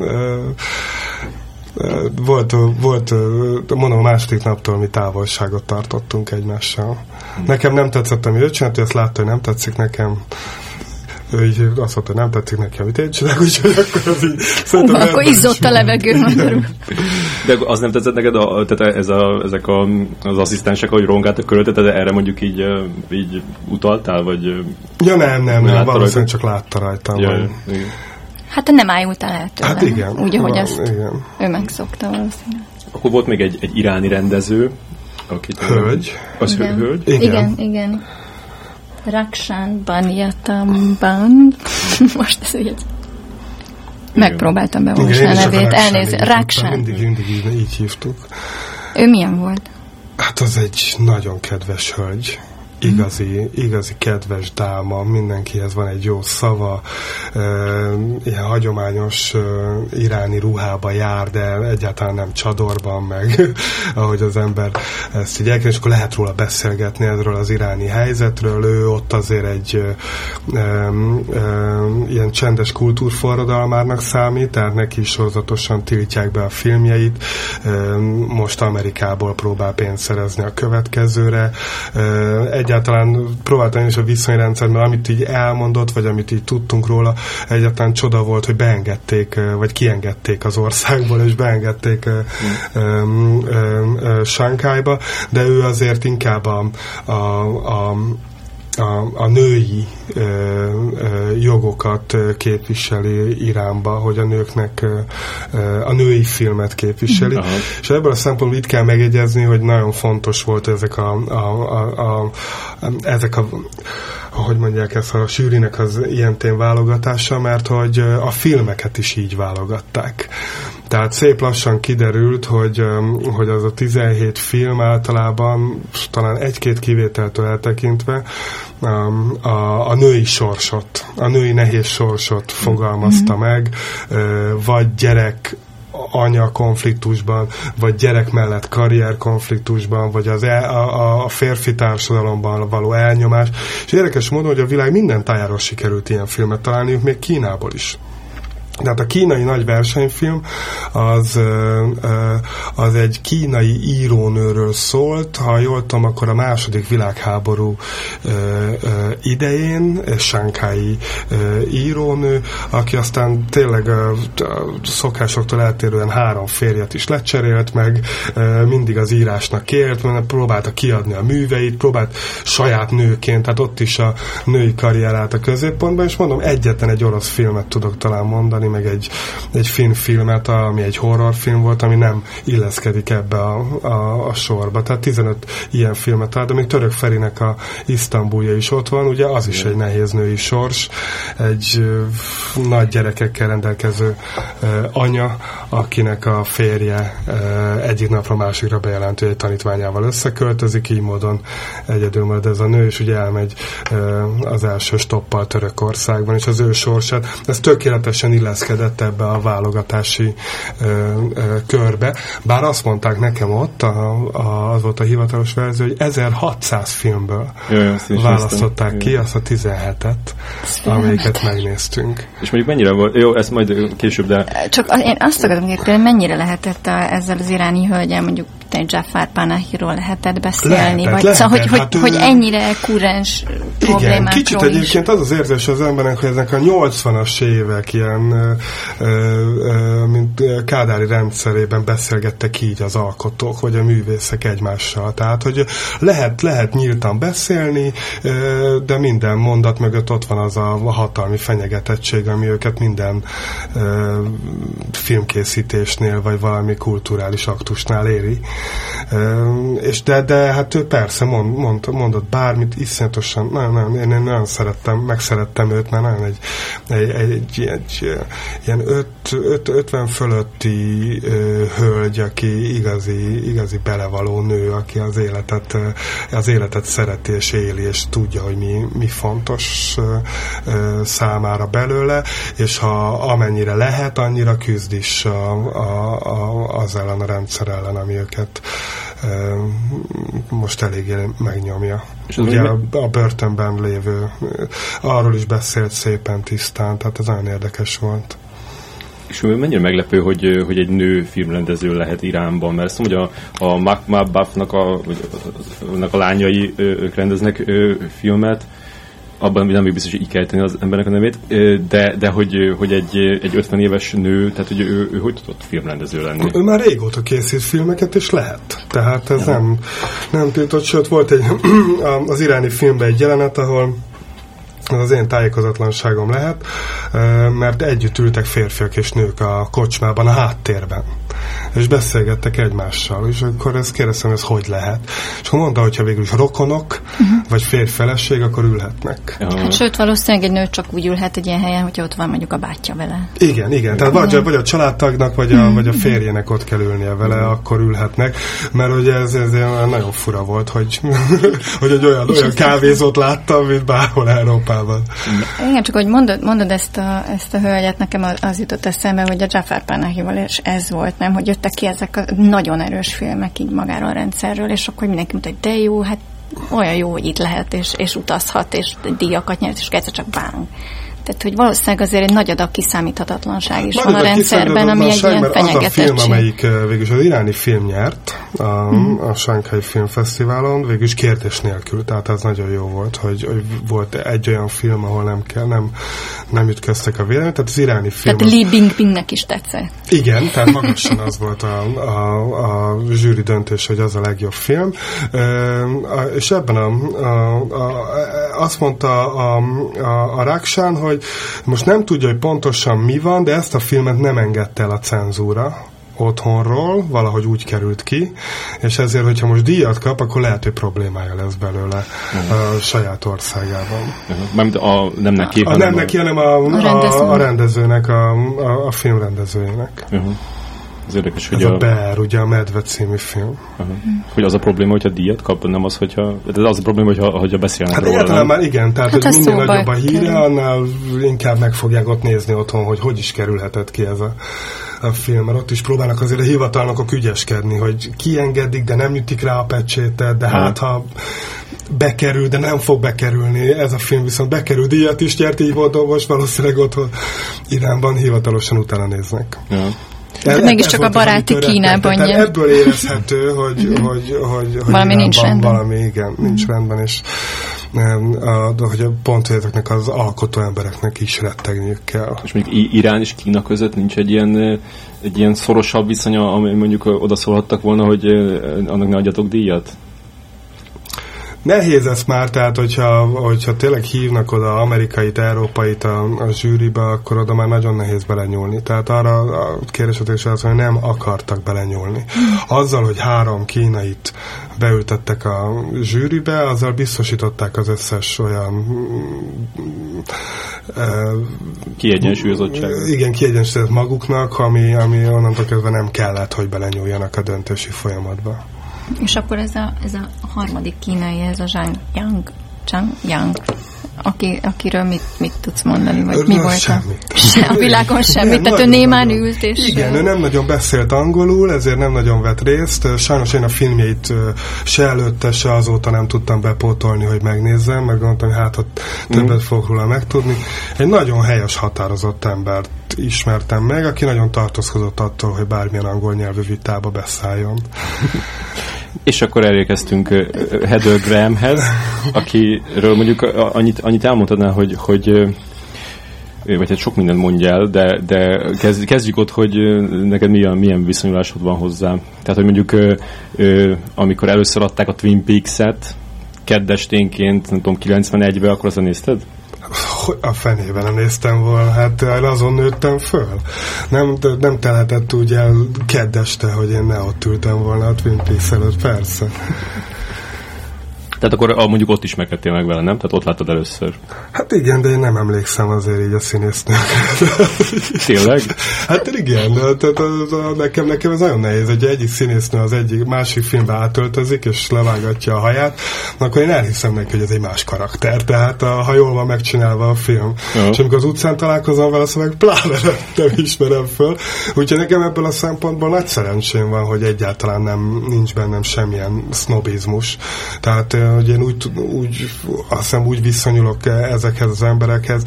volt mondom, a második naptól mi távolságot tartottunk egymással. Nekem nem tetszett, ami ő csinált, ezt látta, hogy nem tetszik nekem. Ő így azt mondta, hogy nem tetszik neki, amit én csinálok, úgyhogy akkor az így szerintem... Akkor izzott a levegő, magyarul. De az nem tetszett neked, tehát ezek az asszisztensek, ahogy rongáltak körülötted, erre mondjuk így utaltál, vagy... Ja nem, valószínűleg csak látta rajtam. Ja, hát nem ájultál el tőle. Hát igen. Úgy, ahogy azt ő megszokta valószínűleg. Akkor volt még egy iráni rendező, akit... Hölgy. Az hölgy? Igen. Rakshan Banyatamban. Most ez úgy. Megpróbáltam beolvasni a nevét. Elnézést. Rakshan. Mindig így hívtuk. Ő milyen volt? Hát az egy nagyon kedves hölgy. igazi kedves dáma, mindenkihez van egy jó szava, ilyen hagyományos iráni ruhába jár, de egyáltalán nem csadorban, meg ahogy az ember ezt így elkezd, és akkor lehet róla beszélgetni erről az iráni helyzetről. Ő ott azért egy ilyen csendes kultúrforradalmárnak számít, tehát neki is sorozatosan tiltják be a filmjeit, most Amerikából próbál pénzt szerezni a következőre. Egyáltalán próbáltam én is a viszonyrendszer, mert amit így elmondott, vagy amit így tudtunk róla, egyáltalán csoda volt, hogy beengedték, vagy kiengedték az országból, és beengedték Sanghajba, de ő azért inkább a női jogokat képviseli Iránba, hogy a nőknek a női filmet képviseli. Aha. És ebből a szempontból itt kell megjegyezni, hogy nagyon fontos volt ezek ahogy mondják ezt, a zsűrinek az ilyen válogatása, mert hogy a filmeket is így válogatták. Tehát szép lassan kiderült, hogy az a 17 film általában, talán egy-két kivételtől eltekintve, a női sorsot, a női nehéz sorsot fogalmazta meg, vagy gyerek anya konfliktusban, vagy gyerek mellett karrier konfliktusban, vagy a férfi társadalomban való elnyomás. És érdekes módon, hogy a világ minden tájáról sikerült ilyen filmet találniuk, még Kínából is. Tehát a kínai nagy versenyfilm az egy kínai írónőről szólt, ha jól tudom, akkor a második világháború idején, shanghai írónő, aki aztán tényleg szokásoktól eltérően 3 férjet is lecserélt, meg mindig az írásnak élt, mert próbálta kiadni a műveit, próbált saját nőként, tehát ott is a női karrierát a középpontban, és mondom, egyetlen egy orosz filmet tudok talán mondani, meg egy finn filmet, ami egy horrorfilm volt, ami nem illeszkedik ebbe a sorba. Tehát 15 ilyen filmet talál, de még Török Ferinek a Isztambulja is ott van, ugye az is egy nehéz női sors, egy nagy gyerekekkel rendelkező anya, akinek a férje egyik napra másikra bejelent, hogy egy tanítványával összeköltözik, így módon egyedül marad ez a nő, és ugye elmegy az első stoppal Törökországban, és az ő sorsát, ez tökéletesen illeszkedett ebbe a válogatási körbe. Bár azt mondták nekem ott, az volt a hivatalos verzió, hogy 1600 filmből választották ki azt a 17-et, amelyiket megnéztünk. És mondjuk mennyire volt, jó, ezt majd később, de... Csak én azt akarom kérdezni, mennyire lehetett ezzel az iráni hölgyel mondjuk Jafar Panahiról lehetett beszélni, lehetett. Hogy ennyire kurrens problémákról. Igen, kicsit egyébként az érzés az embernek, hogy ezek a 80-as évek ilyen, mint kádári rendszerében beszélgettek így az alkotók, vagy a művészek egymással. Tehát, hogy lehet nyíltan beszélni, de minden mondat mögött ott van az a hatalmi fenyegetettség, ami őket minden filmkészítésnél, vagy valami kulturális aktusnál éri. És de hát ő persze mondott bármit, iszonyatosan, én nagyon megszerettem őt, mert nagyon egy ilyen 50 fölötti hölgy, aki igazi belevaló nő, aki az életet szereti és éli, és tudja, hogy mi fontos számára belőle, és ha amennyire lehet, annyira küzd is az ellen a rendszer ellen, ami őket most eléggé megnyomja. És ugye a börtönben lévő, arról is beszélt szépen tisztán, tehát ez nagyon érdekes volt. És mennyire meglepő, hogy egy nő filmrendező lehet Iránban, mert ezt mondja, a Mahmoud Bafnak a lányai, ők rendeznek filmet, abban nem biztos, hogy így kell tenni az embernek a nevét, de hogy egy 50 éves nő, tehát hogy ő hogy tudott filmrendező lenni? Ő már régóta készít filmeket, és lehet. Tehát ez nem tiltott, sőt volt az iráni filmben egy jelenet, ahol az én tájékozatlanságom lehet, mert együtt ültek férfiak és nők a kocsmában, a háttérben. és beszélgettek egymással, és akkor ezt kérdeztem, ez hogy lehet? És akkor mondta, hogyha végül is rokonok, vagy férj-feleség, akkor ülhetnek. Hát sőt, valószínűleg egy nő csak úgy ülhet egy ilyen helyen, hogyha ott van mondjuk a bátyja vele. Igen. Tehát vagy a családtagnak, vagy a férjének ott kell ülnie vele, akkor ülhetnek, mert ugye ez nagyon fura volt, hogy egy olyan kávézót láttam, mint bárhol Európában. Igen, csak hogy mondod ezt a hölgyet, nekem az jutott eszembe, hogy a Jafar Panahival és ez volt, nem? Hogy jöttek ki ezek a nagyon erős filmek így magáról a rendszerről, és akkor mindenki mondta, hogy de jó, hát olyan jó, hogy itt lehet, és utazhat, és díjakat nyert, és egyszer csak bánk. Tehát, hogy valószínűleg azért egy nagy adag kiszámíthatatlanság is van a rendszerben, ami egy ilyen fenyegetettség. Az a film, amelyik végülis az iráni film nyert a Shanghai Film Fesztiválon, végülis kérdés nélkül, tehát ez nagyon jó volt, hogy volt egy olyan film, ahol nem ütköztek a vélemény, tehát az iráni film... Tehát Li Bingpingnek is tetszett. Igen, tehát magasan az volt a zsűri döntés, hogy az a legjobb film, és ebben azt mondta a Rakshan, hogy most nem tudja, hogy pontosan mi van, de ezt a filmet nem engedte el a cenzúra otthonról, valahogy úgy került ki, és ezért, hogyha most díjat kap, akkor lehet, hogy problémája lesz belőle a saját országában. Nem neki, hanem a rendezőnek, a filmrendezőjének. Ez érdekes, hogy ez a Bear, ugye a Medve című film. Hogy az a probléma, hogyha díjat kap, nem az, hogyha... Ez az a probléma, hogyha beszélnek hát róla. Hát már igen, tehát hogy minél nagyobb a híre, annál inkább meg fogják ott nézni otthon, hogy is kerülhetett ki ez a film, mert ott is próbálnak azért a hivatalnokok ügyeskedni, hogy kiengedik, de nem ütik rá a pecsétet, de hát ha bekerül, de nem fog bekerülni. Ez a film viszont bekerül, díjat is nyert, így volt, most valószínűleg otthon Iránban hivatalosan utána néznek. Mégiscsak a baráti Kínában. Ebből érezhető, hogy valami nincs rendben. Valami, nincs rendben, és hogy pont ezeknek az alkotó embereknek is rettegniük kell. És mondjuk Irán és Kína között nincs egy ilyen szorosabb viszonya, ami mondjuk odaszólhattak volna, hogy annak ne adjatok díjat? Nehéz ez már, tehát hogyha tényleg hívnak oda amerikait, európait a zsűribe, akkor oda már nagyon nehéz belenyúlni. Tehát arra a kérdésletek az, hogy nem akartak belenyúlni. Azzal, hogy 3 kínait beültettek a zsűribe, azzal biztosították az összes olyan kiegyensúlyozottság. Igen, kiegyensúlyozott maguknak, ami onnantól kezdve nem kellett, hogy belenyúljanak a döntési folyamatba. És akkor ez a harmadik kínai, ez a Zhang Yang, akiről mit tudsz mondani, vagy mi volt a világon semmit, tehát ő némán ült, és... Igen, ő nem nagyon beszélt angolul, ezért nem nagyon vett részt. Sajnos én a filmjeit se előtte, se azóta nem tudtam bepótolni, hogy megnézzem, meg gondoltam, hogy hát ott többet fogok róla megtudni. Egy nagyon helyes, határozott embert ismertem meg, aki nagyon tartózkodott attól, hogy bármilyen angol nyelvű vitába beszálljon. És akkor elérkeztünk Heather Grahamhez, akiről mondjuk annyit elmondhatnál, hogy vagy hát sok mindent mondj el, de kezdjük ott, hogy neked milyen viszonyulásod van hozzá. Tehát, hogy mondjuk amikor először adták a Twin Peaks-et keddesténként, nem tudom, 91-ben, akkor azt nézted? A fenében nem néztem volna, hát azon nőttem föl. Nem telhetett úgy el keddeste, hogy én ne ott ültem volna a Twin Peaks előtt, persze. Tehát akkor mondjuk ott ismerkedtél meg vele, nem? Tehát ott láttad először. Hát igen, de én nem emlékszem azért így a színésznőkre. Tényleg? Hát igen, nekem ez nagyon nehéz, hogy egyik színésznő az egyik másik filmbe átöltözik, és levágatja a haját, akkor én elhiszem neki, hogy ez egy más karakter, tehát ha jól van megcsinálva a film. És amikor az utcán találkozom vele, szóval meg pláne nem ismerem föl. Úgyhogy nekem ebből a szempontból nagy szerencsém van, hogy egyáltalán nincs bennem semmilyen sznobizmus. Tehát hogy én úgy viszonyulok ezekhez az emberekhez,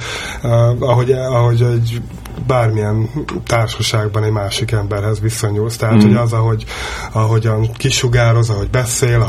ahogy egy bármilyen társaságban egy másik emberhez viszonyulsz. Tehát, hogy az, ahogyan kisugároz, ahogy beszél,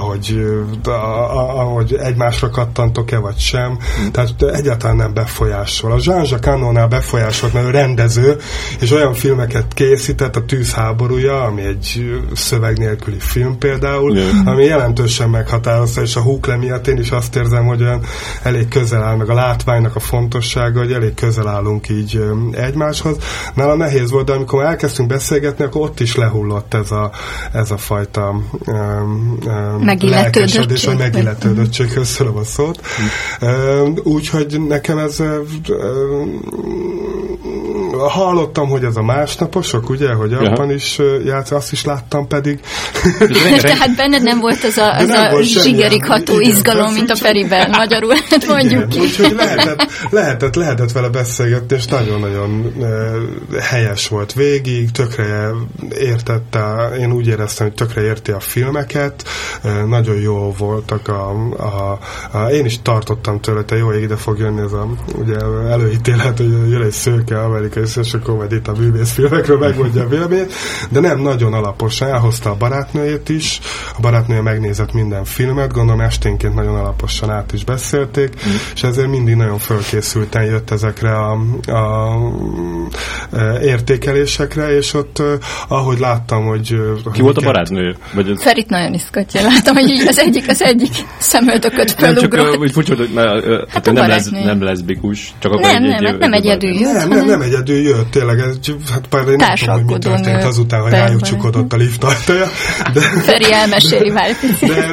ahogy egymásra kattantok-e, vagy sem. Tehát egyáltalán nem befolyásol. A Jean-Jacques Hannónál befolyásolt, mert ő rendező, és olyan filmeket készített, a Tűzháborúja, ami egy szöveg nélküli film például, ami jelentősen meghatározta, és a Hukle miatt én is azt érzem, hogy olyan elég közel áll, meg a látványnak a fontossága, hogy elég közel állunk így egymáshoz. kapcsolathoz. Nála nehéz volt, de amikor elkezdtünk beszélgetni, akkor ott is lehullott ez a fajta lelkesedés, vagy megilletődöttség, köszönöm a szót. Úgyhogy nekem ez hallottam, hogy ez a másnaposok, ugye, hogy abban is játsz, azt is láttam pedig. Tehát benned nem volt az a zsigerig ható izgalom, mint a Feriben, magyarul, hát mondjuk ki. Úgyhogy lehetett vele beszélgetni, és nagyon-nagyon helyes volt végig, tökre értette, én úgy éreztem, hogy tökre érti a filmeket, nagyon jó voltak én is tartottam tőle, te jó, ide fog jönni ez ugye előítélet, hogy jön egy szőke amerikai szősökomedit a művészfilmekről, megmondja a véleményét, de nem, nagyon alaposan elhozta a barátnőjét is, a barátnője megnézett minden filmet, gondolom esténként nagyon alaposan át is beszélték, és ezért mindig nagyon fölkészülten jött ezekre a értékelésekre, és ott, ahogy láttam, hogy... Ki volt a barátnő? Ferit nagyon iszkatja, láttam, hogy így az egyik szemöldököt fölugrott. Nem, csak úgy furcsa, hogy nem leszbikus, csak akkor nem egyedül jött. Nem egyedül jött, tényleg, hát pár én nem tudom, hogy mi történt azután, hogy rájuk csukodott a lift ajtaja. Feri elmeséli már. De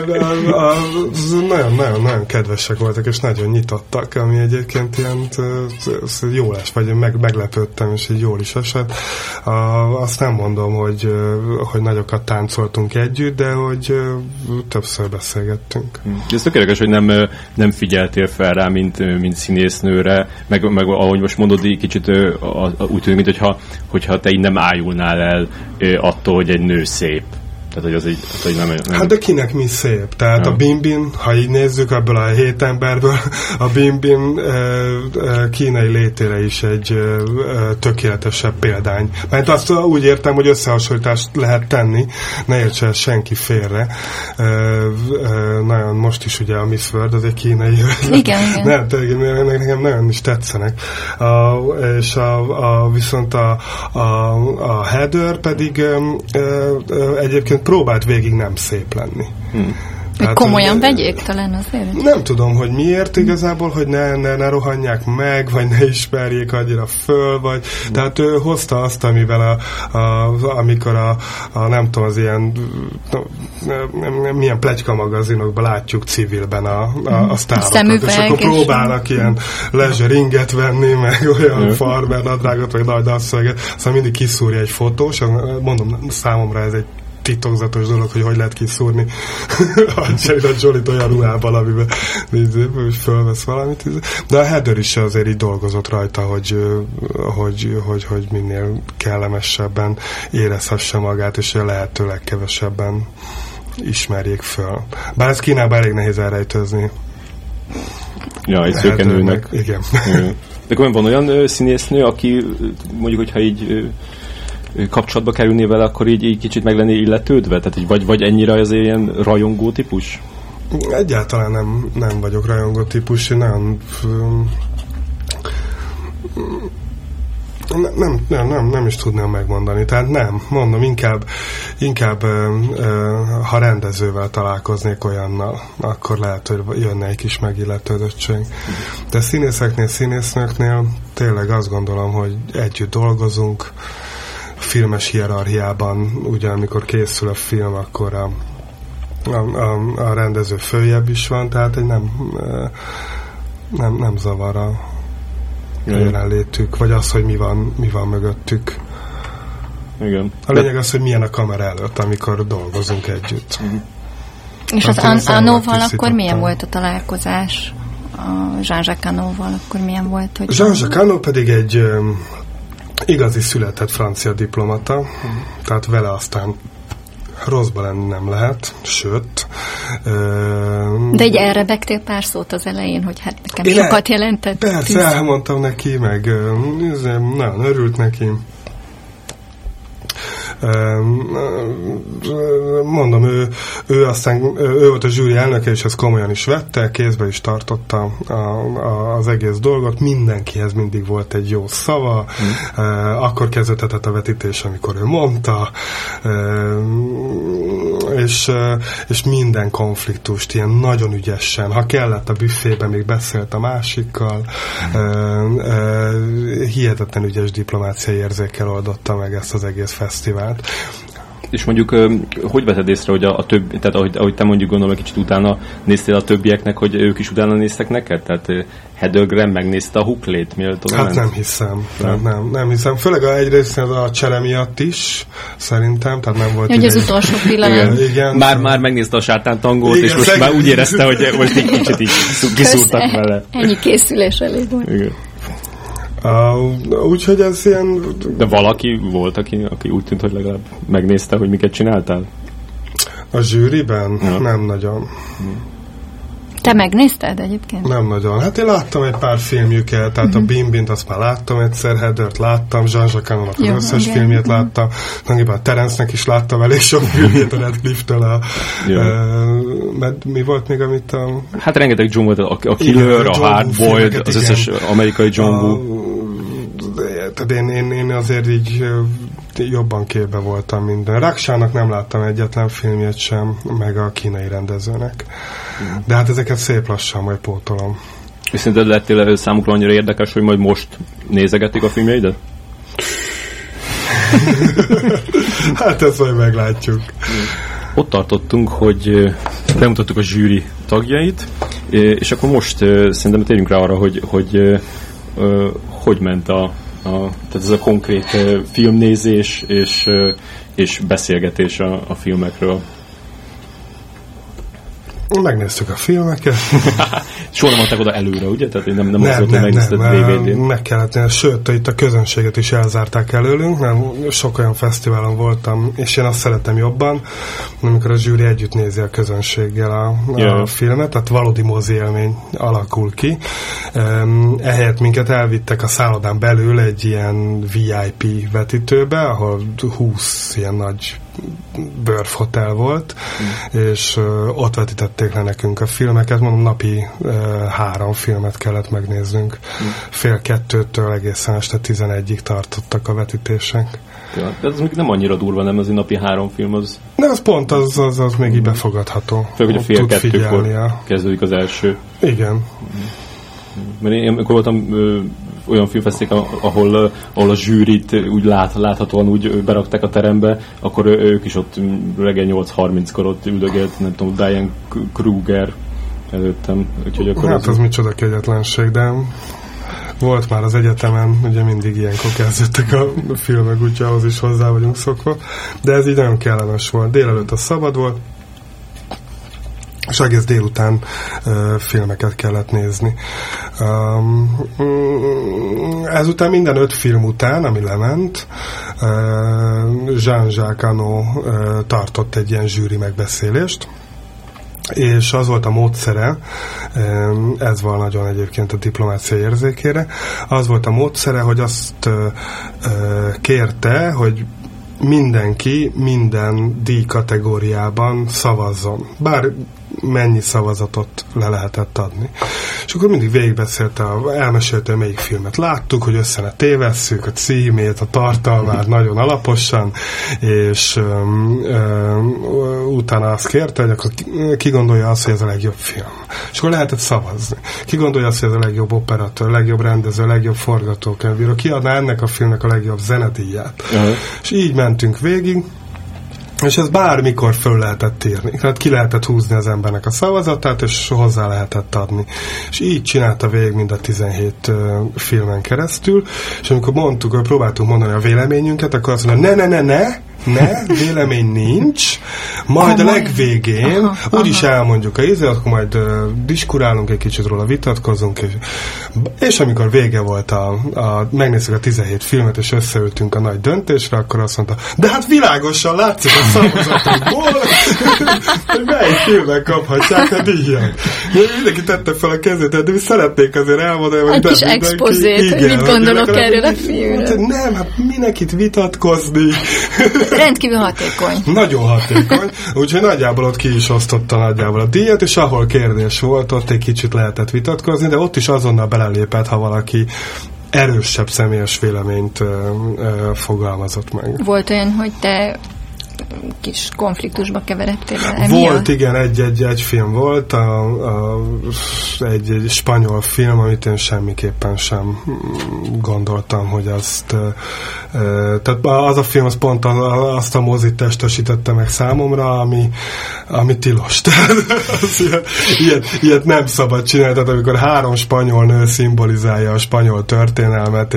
nagyon kedvesek voltak, és nagyon nyitottak, ami egyébként ilyen jól lesz, vagy meglepődtem, és így jól is esett. Azt nem mondom, hogy nagyokat táncoltunk együtt, de hogy többször beszélgettünk. Ez tökéletes, hogy nem figyeltél fel rá, mint színésznőre, meg ahogy most mondod, így kicsit úgy tűnik, hogyha te így nem ájulnál el attól, hogy egy nő szép. Tehát, hogy az így nem... Hát de kinek mi szép? Tehát a Bim-Bim, ha így nézzük ebből a 7 emberből, a Bim-Bim kínai létére is egy tökéletesebb példány. Mert azt úgy értem, hogy összehasonlítást lehet tenni, ne értse senki félre. Nagyon most is ugye a Miss World, az egy kínai... Igen. Nekem nagyon is tetszenek. És viszont a Heather pedig egyébként próbált végig nem szép lenni. Tehát, komolyan vegyék talán azért? Nem tudom, hogy miért igazából, hogy ne rohanják meg, vagy ne ismerjék annyira föl, vagy tehát ő hozta azt, amivel amikor nem tudom, az ilyen milyen pletyka magazinokban látjuk civilben a sztárokat, és akkor próbálnak ilyen leisure ringet venni, meg olyan farmer nadrágot, vagy nagy dasszöveget, szóval mindig kiszúrja egy fotós, mondom, számomra ez egy titokzatos dolog, hogy lehet kiszúrni Angelina Jolie-t olyan ruhában, amiben fölvesz valamit. De a Heather is azért így dolgozott rajta, hogy minél kellemesebben érezhesse magát, és lehetőleg kevesebben ismerjék föl. Bár ez Kínában elég nehéz elrejtőzni. Ja, egy szőkenőnek. Igen. De van olyan színésznő, aki mondjuk, hogyha így kapcsolatba kerülné vele, akkor így kicsit meg lenné illetődve? Tehát így vagy ennyire azért ilyen rajongó típus? Egyáltalán nem vagyok rajongó típus, én nem is tudnám megmondani. Tehát nem, mondom, inkább ha rendezővel találkoznék olyannal, akkor lehet, hogy jönne egy kis megilletődöttség. De színészeknél, színésznőknél tényleg azt gondolom, hogy együtt dolgozunk, filmes hierarchiában, ugye amikor készül a film, akkor a rendező följebb is van, tehát nem zavar a jelenlétük, vagy az, hogy mi van mögöttük. Igen. A lényeg az, hogy milyen a kamera előtt, amikor dolgozunk együtt. És az Arnaud-val akkor milyen volt a találkozás? A Jean-Jacques Arnaud-val akkor milyen volt? Hogy Jean-Jacques Arnaud pedig egy igazi született francia diplomata, tehát vele aztán rosszba lenni nem lehet, sőt. De így elrebegtél pár szót az elején, hogy hát nekem sokat jelentett. Persze, elmondtam neki, meg nagyon örült neki. mondom, ő aztán ő volt a zsűri elnöke, és ezt komolyan is vette, kézbe is tartotta az egész dolgot, mindenkihez mindig volt egy jó szava, akkor kezdődhetett a vetítés, amikor ő mondta, és minden konfliktust ilyen nagyon ügyesen, ha kellett a büfében, még beszélt a másikkal, hihetetlen ügyes diplomáciai érzékkel oldotta meg ezt az egész fesztivált. És mondjuk, hogy veted észre, hogy a többi, tehát ahogy te mondjuk gondolom, egy kicsit utána néztél a többieknek, hogy ők is utána néztek neked? Tehát Heather Graham megnézte a Hooklét, mielőtt oda ment? Nem hiszem. Nem hiszem. Főleg egyrészt a csere miatt is, szerintem, tehát nem volt... Hogy az utolsó pillanat. Igen. Már megnézte a sátántangót, és most már úgy érezte, hogy most egy kicsit így kiszúrtak vele. Ennyi készülés elég volt. Igen. Úgyhogy ez ilyen... De valaki volt, aki úgy tűnt, hogy legalább megnézte, hogy miket csináltál? A zsűriben? Ja. Nem nagyon. Te megnézted egyébként? Nem nagyon. Hát én láttam egy pár filmjüket, tehát a Bim-Bint azt már láttam egyszer, Heathert láttam, Jean-Jacques Hanonak az összes filmjét láttam, a Terence-nek is láttam elég sok filmjét a Radcliffe-től. Mert mi volt még, amit a... Hát rengeteg John volt, a Killer, a Hardboiled, az összes amerikai John Woo. Tehát én azért így jobban képbe voltam minden. Raksának nem láttam egyetlen filmjét sem, meg a kínai rendezőnek. De hát ezeket szép lassan majd pótolom. És szerinted lettél számukra annyira érdekes, hogy majd most nézegetik a filmjeidet? Hát ezt majd meglátjuk. Ott tartottunk, hogy bemutattuk a zsűri tagjait, és akkor most szerintem térjünk rá arra, hogy ment tehát ez a konkrét filmnézés és beszélgetés a filmekről. Megnéztük a filmeket. Soha nem adták oda előre, ugye? Tehát nem az volt, hogy megnézted DVD-n. Meg kellett, sőt, itt a közönséget is elzárták előlünk, mert sok olyan fesztiválon voltam, és én azt szeretem jobban, amikor a zsűri együtt nézi a közönséggel a filmet, tehát valódi mozi élmény alakul ki. Ehelyett minket elvittek a szállodán belül egy ilyen VIP vetítőbe, ahol 20 ilyen nagy bőrfotel volt, és ott vetítették le nekünk a filmeket, mondom, napi 3 filmet kellett megnéznünk. 1:30-től egészen este 11-ig tartottak a vetítések. Ja, de ez nem annyira durva, nem? Az napi 3 film az... De az pont, az még így befogadható. Főleg, hogy a 1:30-kor kezdődik az első. Igen. Mert én amikor voltam olyan filmfesztivál, ahol a zsűrit úgy láthatóan úgy berakták a terembe, akkor ők is ott reggel 8:30-kor ott üldögélt, nem tudom, Diane Kruger előttem. Úgyhogy akkor hát az micsoda kegyetlenség, de volt már az egyetemen, ugye mindig ilyenkor kezdődtek a filmek, úgyhogy ahhoz is hozzá vagyunk szokva, de ez így nagyon kellemes volt. Délelőtt a szabad volt, és egész délután filmeket kellett nézni. Ezután minden 5 film után, ami lement, Jean-Jacques Hano tartott egy ilyen zsűri megbeszélést, és az volt a módszere, ez van nagyon egyébként a diplomácia érzékére, az volt a módszere, hogy azt kérte, hogy mindenki minden díj kategóriában szavazzon. Bár mennyi szavazatot le lehetett adni. És akkor mindig végigbeszélte, elmesélte, melyik filmet láttuk, hogy össze ne tévesszük, a címét, a tartalmát nagyon alaposan, és utána azt kérte, hogy akkor ki gondolja azt, hogy ez a legjobb film. És akkor lehetett szavazni. Ki gondolja azt, hogy ez a legjobb operatőr, legjobb rendező, legjobb forgatókönyvíró, ki adná ennek a filmnek a legjobb zenedíját. És így mentünk végig, és ez bármikor föl lehetett írni. Tehát ki lehetett húzni az embernek a szavazatát, és hozzá lehetett adni. És így csinálta végig mind a 17 filmen keresztül, és amikor próbáltunk mondani a véleményünket, akkor azt mondja, ne, vélemény nincs, majd a legvégén úgyis elmondjuk akkor majd diskurálunk egy kicsit róla, vitatkozunk, és amikor vége volt megnézzük a 17 filmet, és összeültünk a nagy döntésre, akkor azt mondta, de hát világosan látszik a szavazatokból, hogy melyik filmek kaphatják a díjat. Mindenki tette fel a kezét, de mi szeretnék azért elmondani, hogy egy kis expozét, hogy mit gondolok erről a filmről. Nem, hát minek itt vitatkozni? Rendkívül hatékony. Nagyon hatékony, úgyhogy nagyjából ott ki is osztotta nagyjából a díjat, és ahol kérdés volt, ott egy kicsit lehetett vitatkozni, de ott is azonnal belelépett, ha valaki erősebb személyes véleményt fogalmazott meg. Volt olyan, hogy te kis konfliktusba keveredtél emiatt? Volt, igen, egy film volt, egy spanyol film, amit én semmiképpen sem gondoltam, hogy azt tehát az a film az pont azt a mozit testesítette meg számomra, ami tilos. Tehát ilyet nem szabad csinálni, tehát amikor 3 spanyol nő szimbolizálja a spanyol történelmet,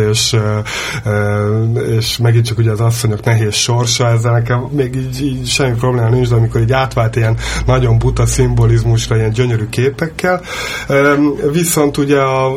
és megint csak ugye az asszonyok nehéz sorsa, ezzel nekem még így semmi probléma nincs, de amikor így átvált ilyen nagyon buta szimbolizmusra, ilyen gyönyörű képekkel, viszont ugye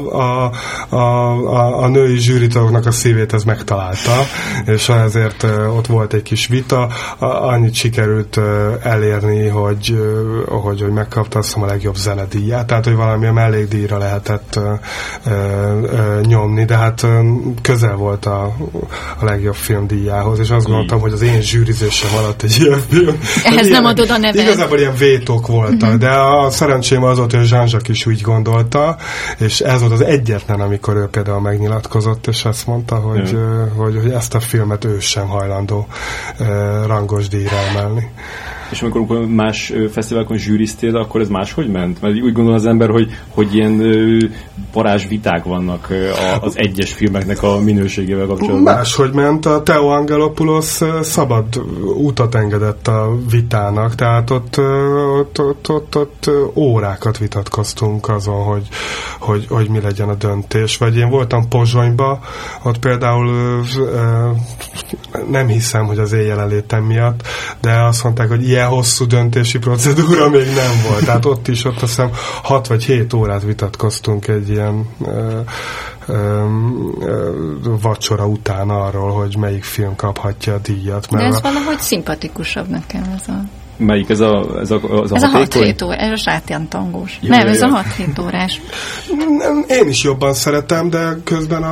a női zsűritagoknak a szívét ez megtalálta, és ezért ott volt egy kis vita, annyit sikerült elérni, hogy megkapta azt hiszem a legjobb zenedíját, tehát hogy valamilyen mellékdíjra lehetett nyomni, de hát közel volt a legjobb film díjához, és azt gondoltam, hogy az én zsűrizésem alatt egy ilyen film. Ehhez nem adod a nevet. Igazából ilyen vétók voltak, de a szerencsém az volt, hogy Jean-Jacques is úgy gondolta, és ez volt az egyetlen, amikor ő például megnyilatkozott, és azt mondta, hogy ezt a filmet ő sem hajlandó rangos díjra emelni. És amikor más fesztiválokon zsűriztél, akkor ez máshogy ment? Mert úgy gondol az ember, hogy ilyen parázsviták vannak az egyes filmeknek a minőségével kapcsolatban. Máshogy ment. A Theo Angelopoulos szabad utat engedett a vitának, tehát ott órákat vitatkoztunk azon, hogy mi legyen a döntés. Vagy én voltam Pozsonyba, ott például nem hiszem, hogy az én jelenlétem miatt, de azt mondták, hogy ilyen hosszú döntési procedúra még nem volt. Tehát ott azt hiszem 6 vagy 7 órát vitatkoztunk egy ilyen vacsora után arról, hogy melyik film kaphatja a díjat. De ez valahogy szimpatikusabb nekem ez a... Melyik? Ez a 6-7 órás, ez a sátjantangós. Nem, ez a 6-7 órás. Én is jobban szeretem, de közben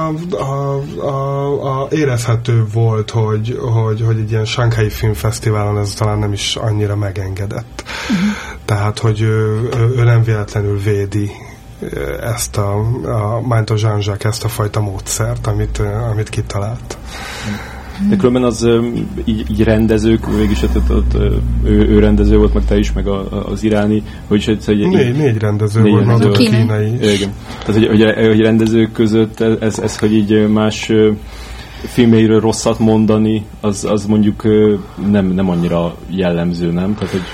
érezhető volt, hogy egy ilyen Shanghai Filmfesztiválon ez talán nem is annyira megengedett. Tehát, hogy ő nem véletlenül védi ezt a Jean-Jacques ezt a fajta módszert, amit kitalált. De különben az így rendezők, végülis ő rendező volt, meg te is, meg az iráni, hogy négy rendező volt, meg a kínai is. Igen. Tehát, hogy rendezők között ez, hogy így más filmeiről rosszat mondani, az mondjuk nem annyira jellemző, nem? Tehát, hogy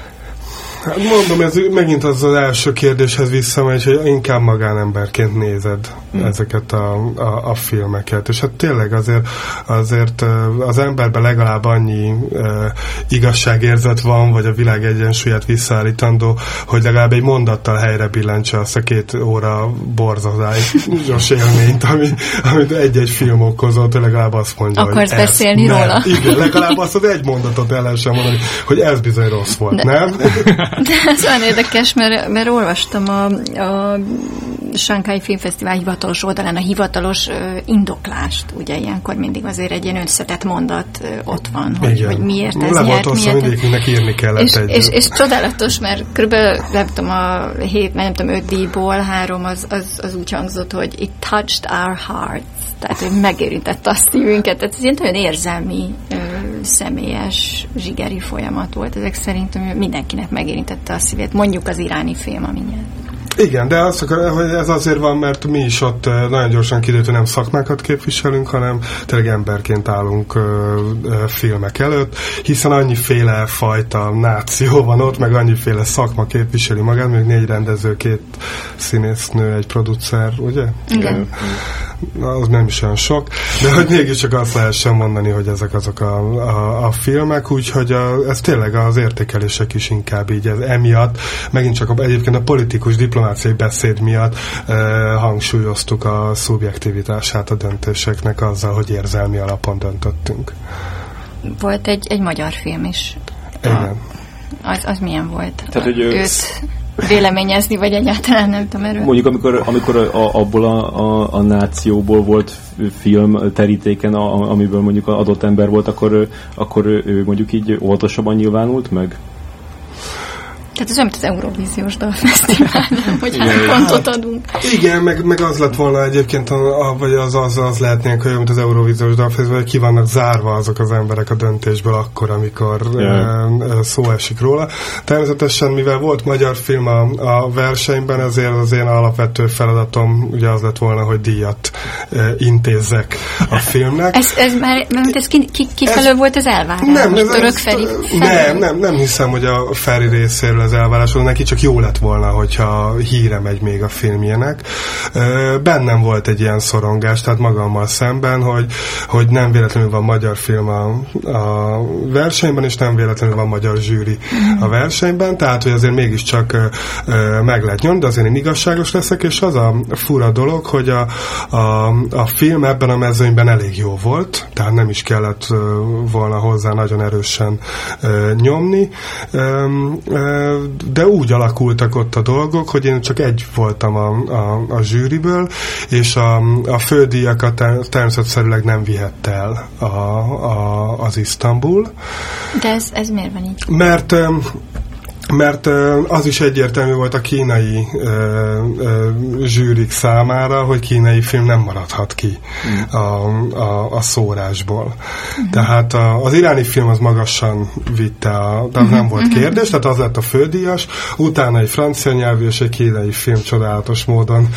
mondom, ez megint az első kérdéshez visszamegy, hogy inkább magánemberként nézed ezeket a filmeket. És hát tényleg azért az emberben legalább annyi igazságérzet van, vagy a világ egyensúlyát visszaállítandó, hogy legalább egy mondattal helyre billentse azt a 2 óra borzalmas élményt, amit egy-egy film okozott, legalább azt mondja, akarsz hogy beszélni róla? Igen, legalább azt az egy mondatot el lehessen mondani, hogy ez bizony rossz volt, nem? De ez olyan érdekes, mert olvastam a Shanghai Filmfesztivál hivatalos oldalán a hivatalos indoklást. Ugye ilyenkor mindig azért egy ilyen összetett mondat ott van, hogy miért ez nyert. Mindegyiknek írni kellett és csodálatos, mert körülbelül nem tudom, a 5 díjból 3 az úgy hangzott, hogy it touched our hearts. Tehát, hogy megérintette a szívünket. Tehát ez ilyen nagyon érzelmi, személyes, zsigeri folyamat volt. Ezek szerintem mindenkinek megérintette a szívét. Mondjuk az iráni film, ami nyert. Igen, de azt akarom, hogy ez azért van, mert mi is ott nagyon gyorsan kiderült, hogy nem szakmákat képviselünk, hanem tényleg emberként állunk filmek előtt, hiszen annyiféle fajta náció van ott, meg annyiféle szakma képviseli magát, még 4 rendező, 2 színésznő, egy producer, ugye? Igen. Az nem is olyan sok, de hogy mégiscsak azt lehessen mondani, hogy ezek azok a filmek, úgyhogy ez tényleg az értékelések is inkább így emiatt, megint csak egyébként a politikus diplomáciai beszéd miatt hangsúlyoztuk a szubjektivitását a döntéseknek azzal, hogy érzelmi alapon döntöttünk. Volt egy magyar film is. Igen. Az milyen volt? Tehát, hogy véleményezni, vagy egyáltalán nem tudom erről. Mondjuk, amikor abból a nációból volt film terítéken, amiből mondjuk adott ember volt, akkor ő mondjuk így óvatosabban nyilvánult meg? Tehát ez olyan, mint az Eurovíziós Dalfesztivál, hogy pontot adunk. Igen, meg az lett volna egyébként, vagy az lehetnénk olyan, mint az Eurovíziós Dalfesztivál, hogy ki vannak zárva azok az emberek a döntésből akkor, amikor szó esik róla. Természetesen, mivel volt magyar film a versenyben, ezért az én alapvető feladatom ugye az lett volna, hogy díjat intézzek a filmnek. Ez kifelől volt az elvárás? Nem hiszem, hogy a Feri részéről az elvárás, neki csak jó lett volna, hogyha híre megy még a filmjének. Bennem volt egy ilyen szorongás, tehát magammal szemben, hogy nem véletlenül van magyar film a versenyben, és nem véletlenül van magyar zsűri a versenyben, tehát, hogy azért mégiscsak meg lehet nyomni, de azért én igazságos leszek, és az a fura dolog, hogy a film ebben a mezőnyben elég jó volt, tehát nem is kellett volna hozzá nagyon erősen nyomni, de úgy alakultak ott a dolgok, hogy én csak egy voltam a zsűriből, és a fődíjakat természetszerűleg nem vihette el az Isztambul. De ez miért van így? Mert az is egyértelmű volt a kínai zsűrik számára, hogy kínai film nem maradhat ki a szórásból. Tehát az iráni film az magasan vitte, tehát nem volt kérdés, tehát az lett a fődíjas, utána egy francia nyelvű és egy kínai film csodálatos módon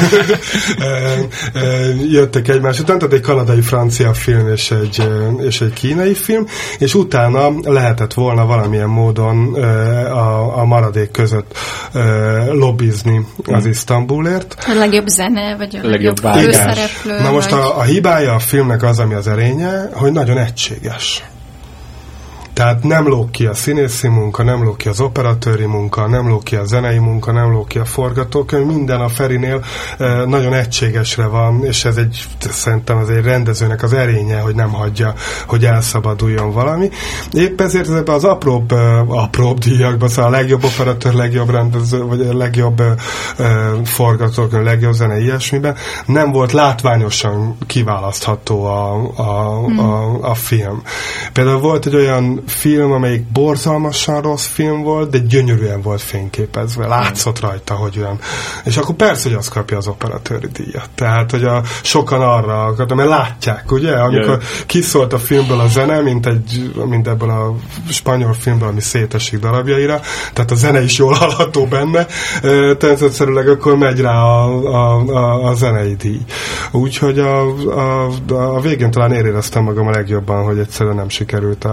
jöttek egymás után, tehát egy kanadai-francia film és egy kínai film, és utána lehetett volna valamilyen módon a maradék között lobbizni az Isztambulért. A legjobb zene, vagy a legjobb főszereplő. Na most a hibája a filmnek az, ami az erénye, hogy nagyon egységes. Tehát nem lóg ki a színészi munka, nem lóg ki az operatőri munka, nem lóg ki a zenei munka, nem lóg ki a forgatókönyv, minden a Ferinél nagyon egységesre van, és szerintem az egy rendezőnek az erénye, hogy nem hagyja, hogy elszabaduljon valami. Épp ezért ebben az apróbb díjakban, szóval a legjobb operatőr, legjobb rendező, vagy a legjobb forgatókönyv, legjobb zene, ilyesmiben nem volt látványosan kiválasztható a film. Például volt egy olyan film, amelyik borzalmasan rossz film volt, de gyönyörűen volt fényképezve. Látszott rajta, hogy olyan. És akkor persze, hogy az kapja az operatőri díjat. Tehát, hogy sokan arra akartam, mert látják, ugye? Amikor kiszólt a filmből a zene, mint ebből a spanyol filmből, ami szétesik darabjaira, tehát a zene is jól hallható benne, természetszerűleg akkor megy rá a zenei díj. Úgyhogy a végén talán éreztem magam a legjobban, hogy egyszerűen nem sikerült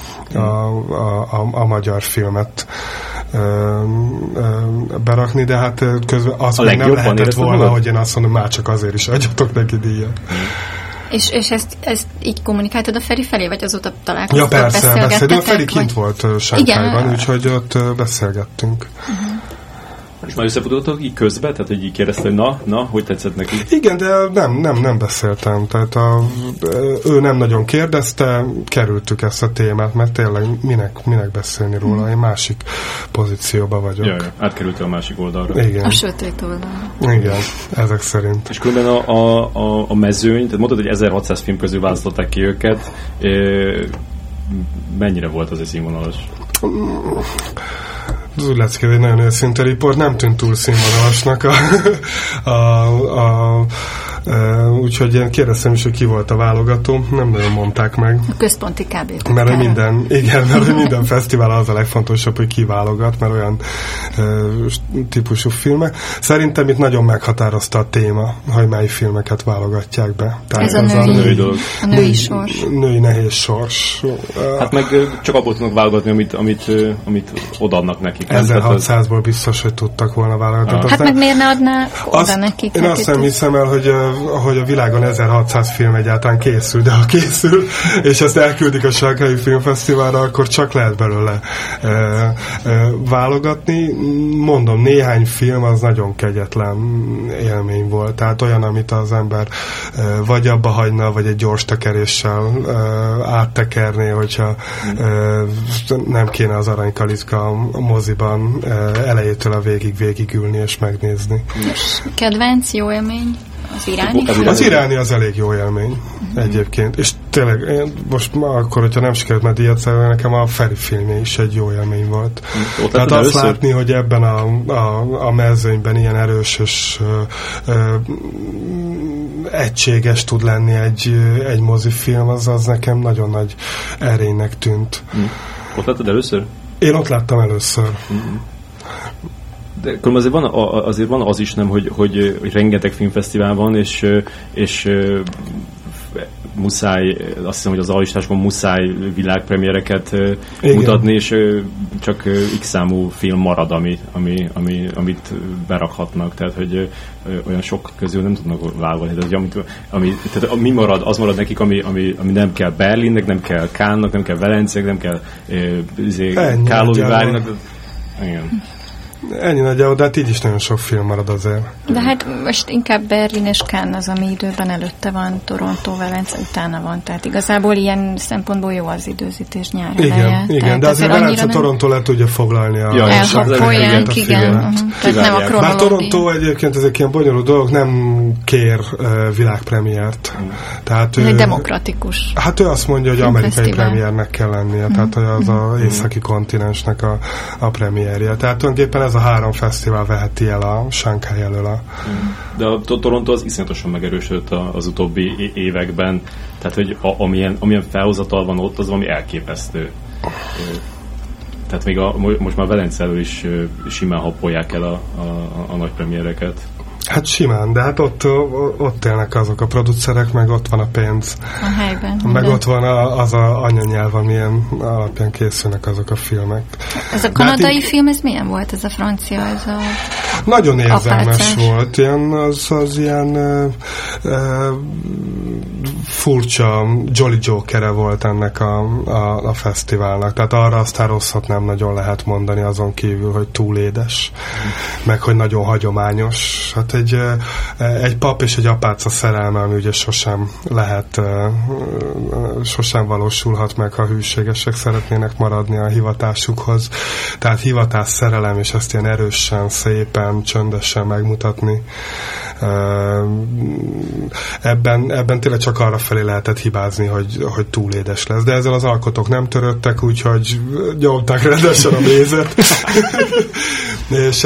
a magyar filmet berakni, de hát közben az még nem lehetett volna, hogy én azt mondom, már csak azért is adjatok neki díjat. És ezt így kommunikáltad a Feri felé, vagy azóta találkoztok, persze, de a Feri kint volt Sánkhájban, úgyhogy ott beszélgettünk. És már összefutottak így közben? Tehát, hogy így kérdezte, hogy na, hogy tetszett neki? Igen, de nem beszéltem. Tehát ő nem nagyon kérdezte, kerültük ezt a témát, mert tényleg minek beszélni róla? Én másik pozícióban vagyok. Jaj, átkerültél a másik oldalra. Igen. A sötét oldalra. Igen, ezek szerint. És különben a mezőny, tehát mondtad, hogy 1600 film közül választották ki őket. Mennyire volt az egy színvonalas? Az úgy látszik, ez egy nagyon őszinte riport, nem tűnt túl színvonalasnak úgyhogy én kérdeztem is, hogy ki volt a válogató, nem nagyon mondták meg. A központi KB. Mert minden fesztivál az a legfontosabb, hogy ki válogat, mert olyan típusú filmek. Szerintem itt nagyon meghatározta a téma, hogy mely filmeket válogatják be. Tehát ez a női dolog. A női sors. Női nehéz sors. Hát meg csak abból tudnak válogatni, amit odaadnak nekik. 1600-ból biztos, hogy tudtak volna válogatni. Hát meg miért ne adná oda nekik? Én azt nem hiszem el, hogy hogy a világon 1600 film egyáltalán készül, de ha készül, és ezt elküldik a Shanghai Filmfesztiválra, akkor csak lehet belőle válogatni. Mondom, néhány film az nagyon kegyetlen élmény volt. Tehát olyan, amit az ember vagy abba hagyna, vagy egy gyors tekeréssel áttekerné, hogyha nem kéne az Aranykalitka a moziban elejétől a végig ülni és megnézni. Kedvenc jó élmény? Az iráni? Az iráni az elég jó élmény egyébként. És tényleg, most akkor, hogyha nem sikerült már díjat szerezni, nekem a Feri filmje is egy jó élmény volt. Tehát azt látni, hogy ebben a mezőnyben ilyen erős és egységes tud lenni egy mozifilm, az nekem nagyon nagy erénynek tűnt. Ott láttad először? Én ott láttam először. De azért van az is, nem, hogy rengeteg filmfesztivál van, és muszáj, azt hiszem, hogy az alistásban muszáj világpremiereket mutatni, és csak x számú film marad, amit berakhatnak, tehát hogy olyan sok közül nem tudnak válogatni. Tehát mi marad, az marad nekik, ami nem kell Berlinnek, nem kell Cannes-nak, nem kell Velencének, nem kell Karlovy Varynak. Igen. Ennyi nagyjából, de hát így is nagyon sok film marad azért. De hát most inkább Berlin és Cannes az, ami időben előtte van, Toronto, Velence utána van, tehát igazából ilyen szempontból jó az időzítés nyár eleje. Igen, de azért Velence Toronto le tudja foglalni a elhapolják, igen. Tehát nem a kronológia. Bár Toronto egyébként ezek ilyen bonyolult dolgok, nem kér világpremiért. Tehát demokratikus. Hát ő azt mondja, hogy amerikai premiernek kell lennie, tehát hogy az az északi kontinensnek a premierje. Tehát tulajdonképpen ez a 3 fesztivál veheti el a Shanghai elől. De a Toronto az iszonyatosan megerősödött az utóbbi években, tehát hogy amilyen felhozatal van ott, az valami elképesztő. Tehát még most már Velence elől is simán happolják el a nagy premiereket. Hát simán, de hát ott élnek azok a producerek, meg ott van a pénz. A helyben. Meg ott van az anyanyelv, amilyen alapján készülnek azok a filmek. Ez a kanadai film, ez milyen volt? Ez a francia, ez a... Nagyon érzelmes volt. Ilyen, az ilyen furcsa Jolly Jokere volt ennek a fesztiválnak. Tehát arra aztán rosszat nem nagyon lehet mondani, azon kívül, hogy túl édes. Meg, hogy nagyon hagyományos. Hát egy pap és egy apáca szerelme, ami ugye sosem lehet, sosem valósulhat meg, ha hűségesek szeretnének maradni a hivatásukhoz. Tehát hivatás, szerelem, és ezt ilyen erősen, szépen, csöndesen megmutatni. Ebben tényleg csak arra felé lehetett hibázni, hogy túl édes lesz. De ezzel az alkotók nem törődtek, úgyhogy nyomták rendesen a mézet. És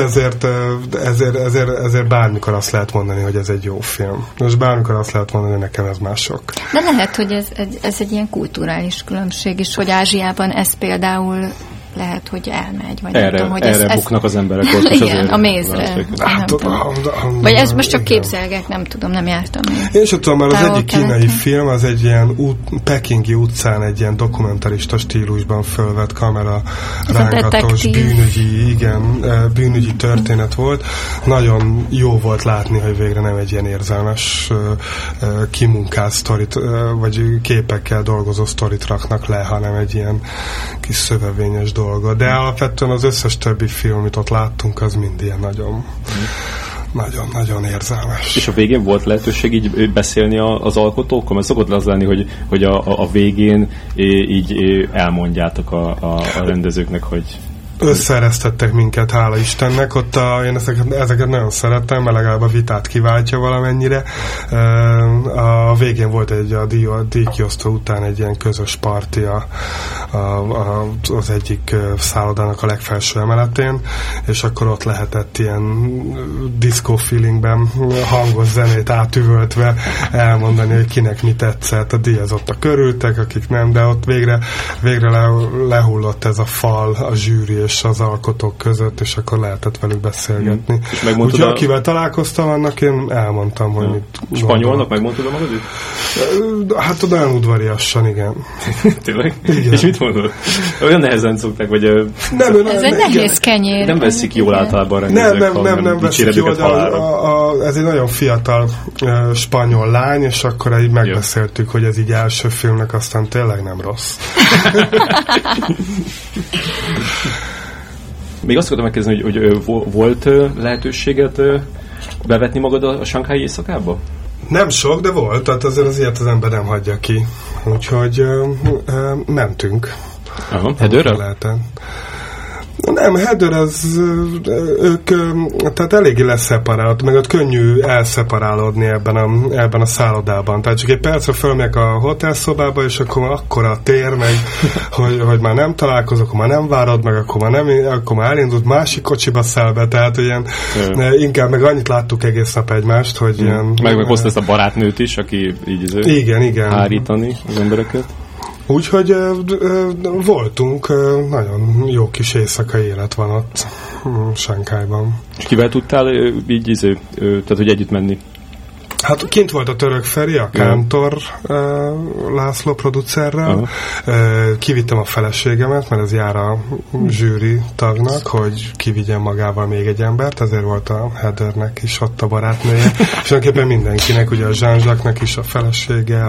ezért bármikor azt lehet mondani, hogy ez egy jó film. Most bármikor azt lehet mondani, hogy nekem ez már sok. De lehet, hogy ez egy ilyen kulturális különbség is, hogy Ázsiában ez például lehet, hogy elmegy. Vagy erre, nem tudom, hogy erre buknak az emberek ott. Igen, a mézre. Vagy ezt most csak képzelgek, nem tudom, nem jártam még. Én sem tudom, mert az egyik kínai film, az egy ilyen pekingi utcán egy ilyen dokumentarista stílusban fölvett kamera rángatós bűnügyi történet volt. Nagyon jó volt látni, hogy végre nem egy ilyen érzelmes kimunkált sztorit, vagy képekkel dolgozó sztorit raknak le, hanem egy ilyen kis szövevényes dolga. De alapvetően az összes többi film, amit ott láttunk, az mind ilyen nagyon érzelmes. És a végén volt lehetőség így beszélni az alkotókkal? Mert szokott az lenni, hogy a végén így elmondjátok a rendezőknek, hogy összeeresztettek minket, hála Istennek. Ott én ezeket nagyon szerettem, mert legalább a vitát kiváltja valamennyire. A végén volt a díjkiosztó után egy ilyen közös parti az egyik szállodának a legfelső emeletén, és akkor ott lehetett ilyen disco feelingben hangos zenét átüvöltve elmondani, hogy kinek mi tetszett. A díjazottak körültek, akik nem, de ott végre lehullott ez a fal, a zsűri és és az alkotók között, és akkor lehetett velük beszélgetni. Úgyhogy akivel találkoztam, annak én elmondtam, hogy mit spanyolnak megmondtad a magad? Hát olyan udvariasan, igen. Tényleg? Igen. És mit mondod? Olyan nehezen szokták, vagy... Ez egy nehéz kenyér. Nem veszik jól általában rendezők, nem veszik jól, de ez egy nagyon fiatal spanyol lány, és akkor így megbeszéltük, hogy ez így első filmnek aztán tényleg nem rossz. Még azt akartam megkérdezni, hogy volt lehetőséget bevetni magad a Sanghái éjszakába? Nem sok, de volt, tehát azért az ilyet az ember nem hagyja ki. Úgyhogy mentünk. Aha, Heatherrel? Nem, Heather ők tehát eléggé leszeparált, meg ott könnyű elszeparálódni ebben a szállodában. Tehát csak egy percre fölmegyek a hotelszobába, és akkor a tér, meg hogy már nem találkozok, akkor már nem várod, meg akkor már elindult, másik kocsiba száll be, tehát ilyen inkább meg annyit láttuk egész nap egymást, hogy ilyen... Meg hozta ezt a barátnőt is, aki így igen. hárítani az embereket. Úgyhogy voltunk, nagyon jó kis éjszakai élet van ott Shanghaiban. És kivel tudtál így, tehát hogy együtt menni? Hát kint volt a Török Feri, a Kántor László producerrel. Kivittem a feleségemet, mert ez jár a zsűri tagnak, hogy kivigyen magával még egy embert, ezért volt a Heathernek is ott a barátnője. És tulajdonképpen mindenkinek, ugye a Jean-Jacques-nek is a felesége,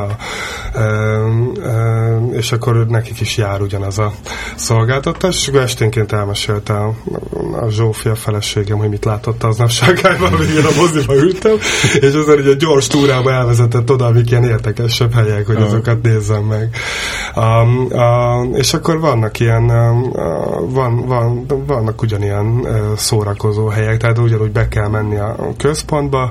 és akkor nekik is jár ugyanaz a szolgáltatás, és akkor esténként elmesélte a Zsófia feleségem, hogy mit látott aznap Shanghaiban, hogy én a moziba ültem, és azért egy gyors túrába elvezetett oda, amik ilyen érdekesebb helyek, hogy azokat nézzem meg. És akkor vannak ilyen vannak ugyanilyen szórakozó helyek, tehát ugyanúgy be kell menni a központba,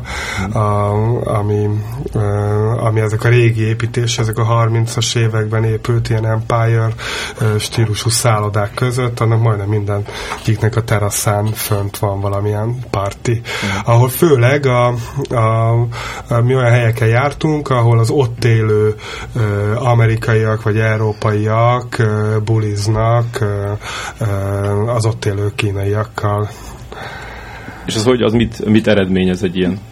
ami ezek a régi építés, ezek a 30-as években épült ilyen Empire stílusú szállodák között, annak majdnem mindegyiknek a teraszán fönt van valamilyen parti. Ahol főleg mi olyan helyeken jártunk, ahol az ott élő amerikaiak vagy európaiak buliznak az ott élő kínaiakkal. És az mit eredményez egy ilyen?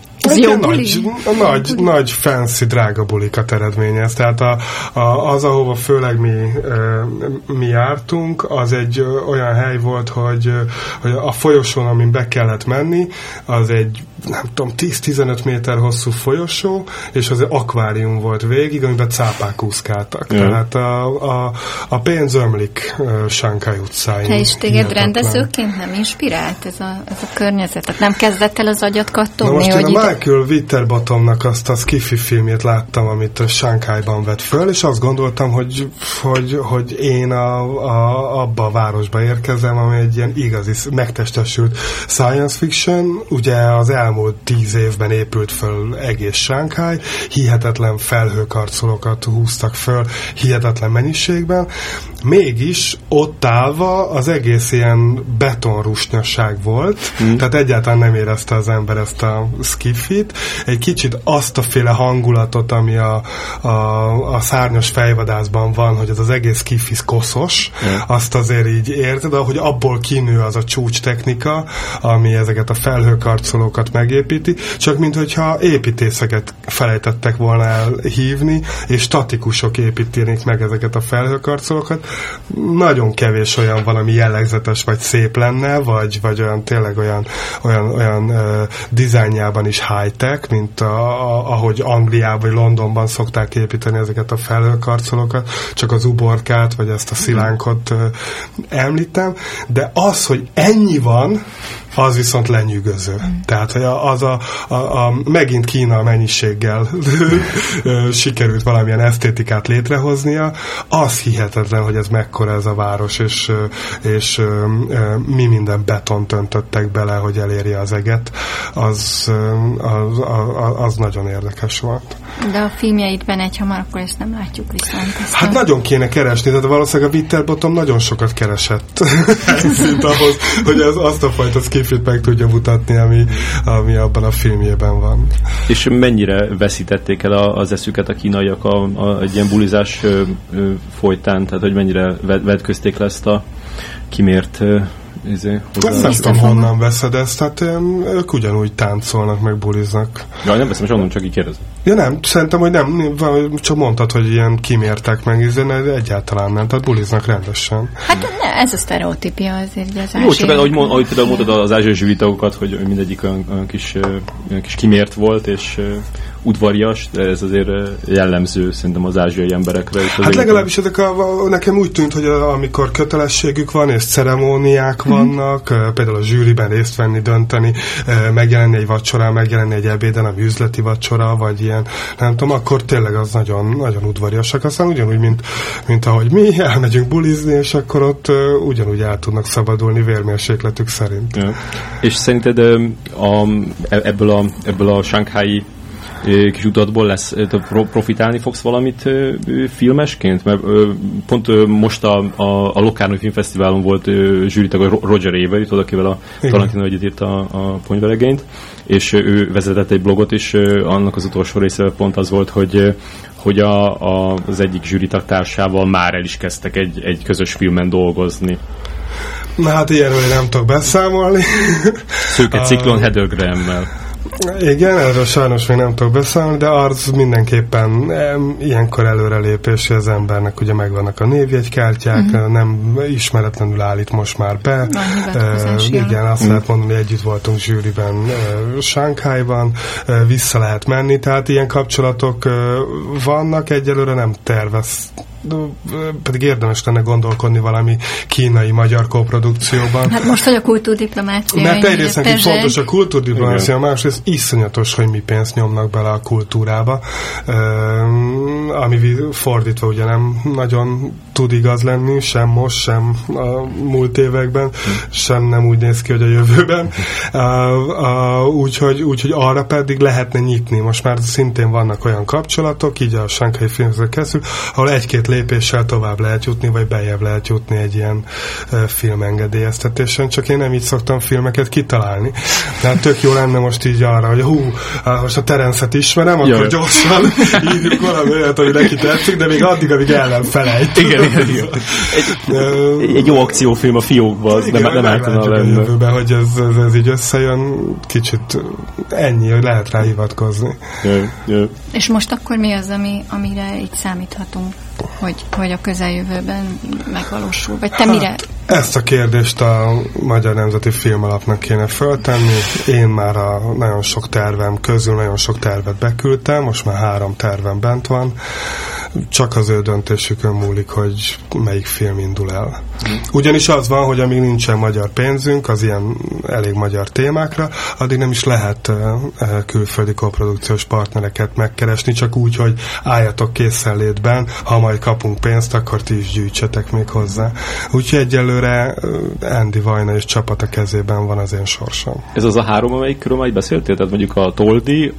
Nagy fancy, drága bulikat eredményez. Tehát az, ahova főleg mi jártunk, az egy olyan hely volt, hogy a folyosón, amin be kellett menni, az egy, nem tudom, 10-15 méter hosszú folyosó, és az egy akvárium volt végig, amiben cápák úszkáltak. Tehát a pénz ömlik Shanghai utcáin. Te is téged rendezőként nem inspirált ez a környezet? Tehát nem kezdett el az agyat kattogni? Na most én a Michael Winterbottomnak azt a sci-fi filmjét láttam, amit Shanghaiban vett föl, és azt gondoltam, hogy én abba a városba érkezem, ami egy ilyen igazi, megtestesült science fiction. Ugye az elmúlt 10 évben épült föl egész Shanghai, hihetetlen felhőkarcolókat húztak föl, hihetetlen mennyiségben, mégis ott állva az egész ilyen betonrusnyasság volt, tehát egyáltalán nem érezte az ember ezt a skifit, egy kicsit azt a féle hangulatot, ami a szárnyas fejvadászban van, hogy az egész skifi koszos, azt azért így érted, ahogy abból kinő az a csúcs technika, ami ezeket a felhőkarcolókat megépíti, csak minthogyha építészeket felejtettek volna elhívni, és statikusok építenék meg ezeket a felhőkarcolókat. Nagyon kevés olyan valami jellegzetes, vagy szép lenne, vagy olyan tényleg olyan dizájnjában is high-tech, mint ahogy Angliában vagy Londonban szokták építeni ezeket a felhőkarcolókat, csak az uborkát, vagy ezt a szilánkot említem, de az, hogy ennyi van, az viszont lenyűgöző. Tehát az megint Kína mennyiséggel sikerült valamilyen esztétikát létrehoznia, az hihetetlen, hogy ez mekkora ez a város, és mi minden betont öntöttek bele, hogy elérje az eget, az nagyon érdekes volt. De a filmjeidben egyhamar akkor ezt nem látjuk viszont. Hát nagyon kéne keresni, tehát valószínűleg a Winterbottom nagyon sokat keresett szint ahhoz, hogy azt a fajta skifit meg tudja mutatni, ami abban a filmjében van. És mennyire veszítették el az eszüket a kínaiak egy ilyen bulizás folytán, tehát hogy mennyire vetközték le ezt a kimért Nem tudom, honnan veszed ezt, tehát ők ugyanúgy táncolnak, meg buliznak. Ja, nem veszem, és onnan csak így kérdezem. Ja nem, szerintem, hogy nem, csak mondtad, hogy ilyen kimértek meg, de egyáltalán nem, tehát buliznak rendesen. Hát ne, ez a sztereotípia azért az ázsiai. Jó, csak ahogy például mondtad az ázsiai zsűritagokat, hogy mindegyik olyan kis kimért volt, és udvarias, de ez azért jellemző szerintem az ázsiai emberekre. Hát legalábbis nekem úgy tűnt, hogy amikor kötelességük van, és ceremóniák vannak, például a zsűriben részt venni, dönteni, megjelenni egy vacsorán, megjelenni egy ebéden, ami üzleti vacsora, vagy ilyen, nem tudom, akkor tényleg az nagyon, nagyon udvariasak. Aztán ugyanúgy, mint ahogy mi elmegyünk bulizni, és akkor ott ugyanúgy el tudnak szabadulni vérmérsékletük szerint. Ja. És szerinted ebből a shanghai kis utatból lesz, profitálni fogsz valamit filmesként? Mert pont most a Locarno Filmfesztiválon volt zsűritag a Roger Ebert, akivel a Tarantino együtt írt a Ponyveregényt, és ő vezetett egy blogot, és annak az utolsó része pont az volt, hogy az egyik zsűritag társával már el is kezdtek egy közös filmen dolgozni. Na hát ilyenről nem tudok beszámolni. Szőke Ciklon Heather Graham-mel. Igen, erről sajnos még nem tudok beszámolni, de az mindenképpen ilyenkor előrelépés, hogy az embernek ugye megvannak a névjegykártyák, nem ismeretlenül állít most már be. Igen, azt lehet mondani, hogy együtt voltunk zsűriben Shanghaiban, vissza lehet menni, tehát ilyen kapcsolatok vannak, egyelőre nem tervez. Pedig érdemes lenne gondolkodni valami kínai-magyar koprodukcióban. Hát most, hogy a kultúrdiplomácia. Mert egyrészt neki fontos a kultúrdiplomácia, másrészt iszonyatos, hogy mi pénzt nyomnak bele a kultúrába, ami fordítva ugye nem nagyon tud igaz lenni, sem most, sem a múlt években, sem nem úgy néz ki, hogy a jövőben. Úgyhogy arra pedig lehetne nyitni. Most már szintén vannak olyan kapcsolatok, így a Shanghai Filmfesztivál keresztül, ahol egy-két lépéssel tovább lehet jutni, vagy beljebb lehet jutni egy ilyen filmengedélyeztetésen, csak én nem így szoktam filmeket kitalálni. Tehát tök jó lenne most így arra, hogy most a Terence-et ismerem, akkor gyorsan írjuk valami olyat, ami neki tetszik, de még addig, amíg el nem felejt. Igen. Egy jó akciófilm a fiókban, az nem ártana lenni. Jövőben, hogy ez így összejön, kicsit ennyi, hogy lehet rá hivatkozni. És most akkor mi az, amire így számíthatunk, hogy a közeljövőben megvalósul? Vagy te mire? Ezt a kérdést a Magyar Nemzeti Filmalapnak kéne föltenni. Én már a nagyon sok tervem közül nagyon sok tervet beküldtem, most már 3 tervem bent van. Csak az ő döntésükön múlik, hogy melyik film indul el. Ugyanis az van, hogy amíg nincsen magyar pénzünk az ilyen elég magyar témákra, addig nem is lehet külföldi koprodukciós partnereket megkeresni, csak úgy, hogy álljatok készenlétben, ha majd kapunk pénzt, akkor ti is gyűjtsetek még hozzá. Úgyhogy egyelőre Andy Vajna és csapata kezében van az én sorsom. Ez az a 3, amelyikről majd beszéltél? Tehát mondjuk a Toldi,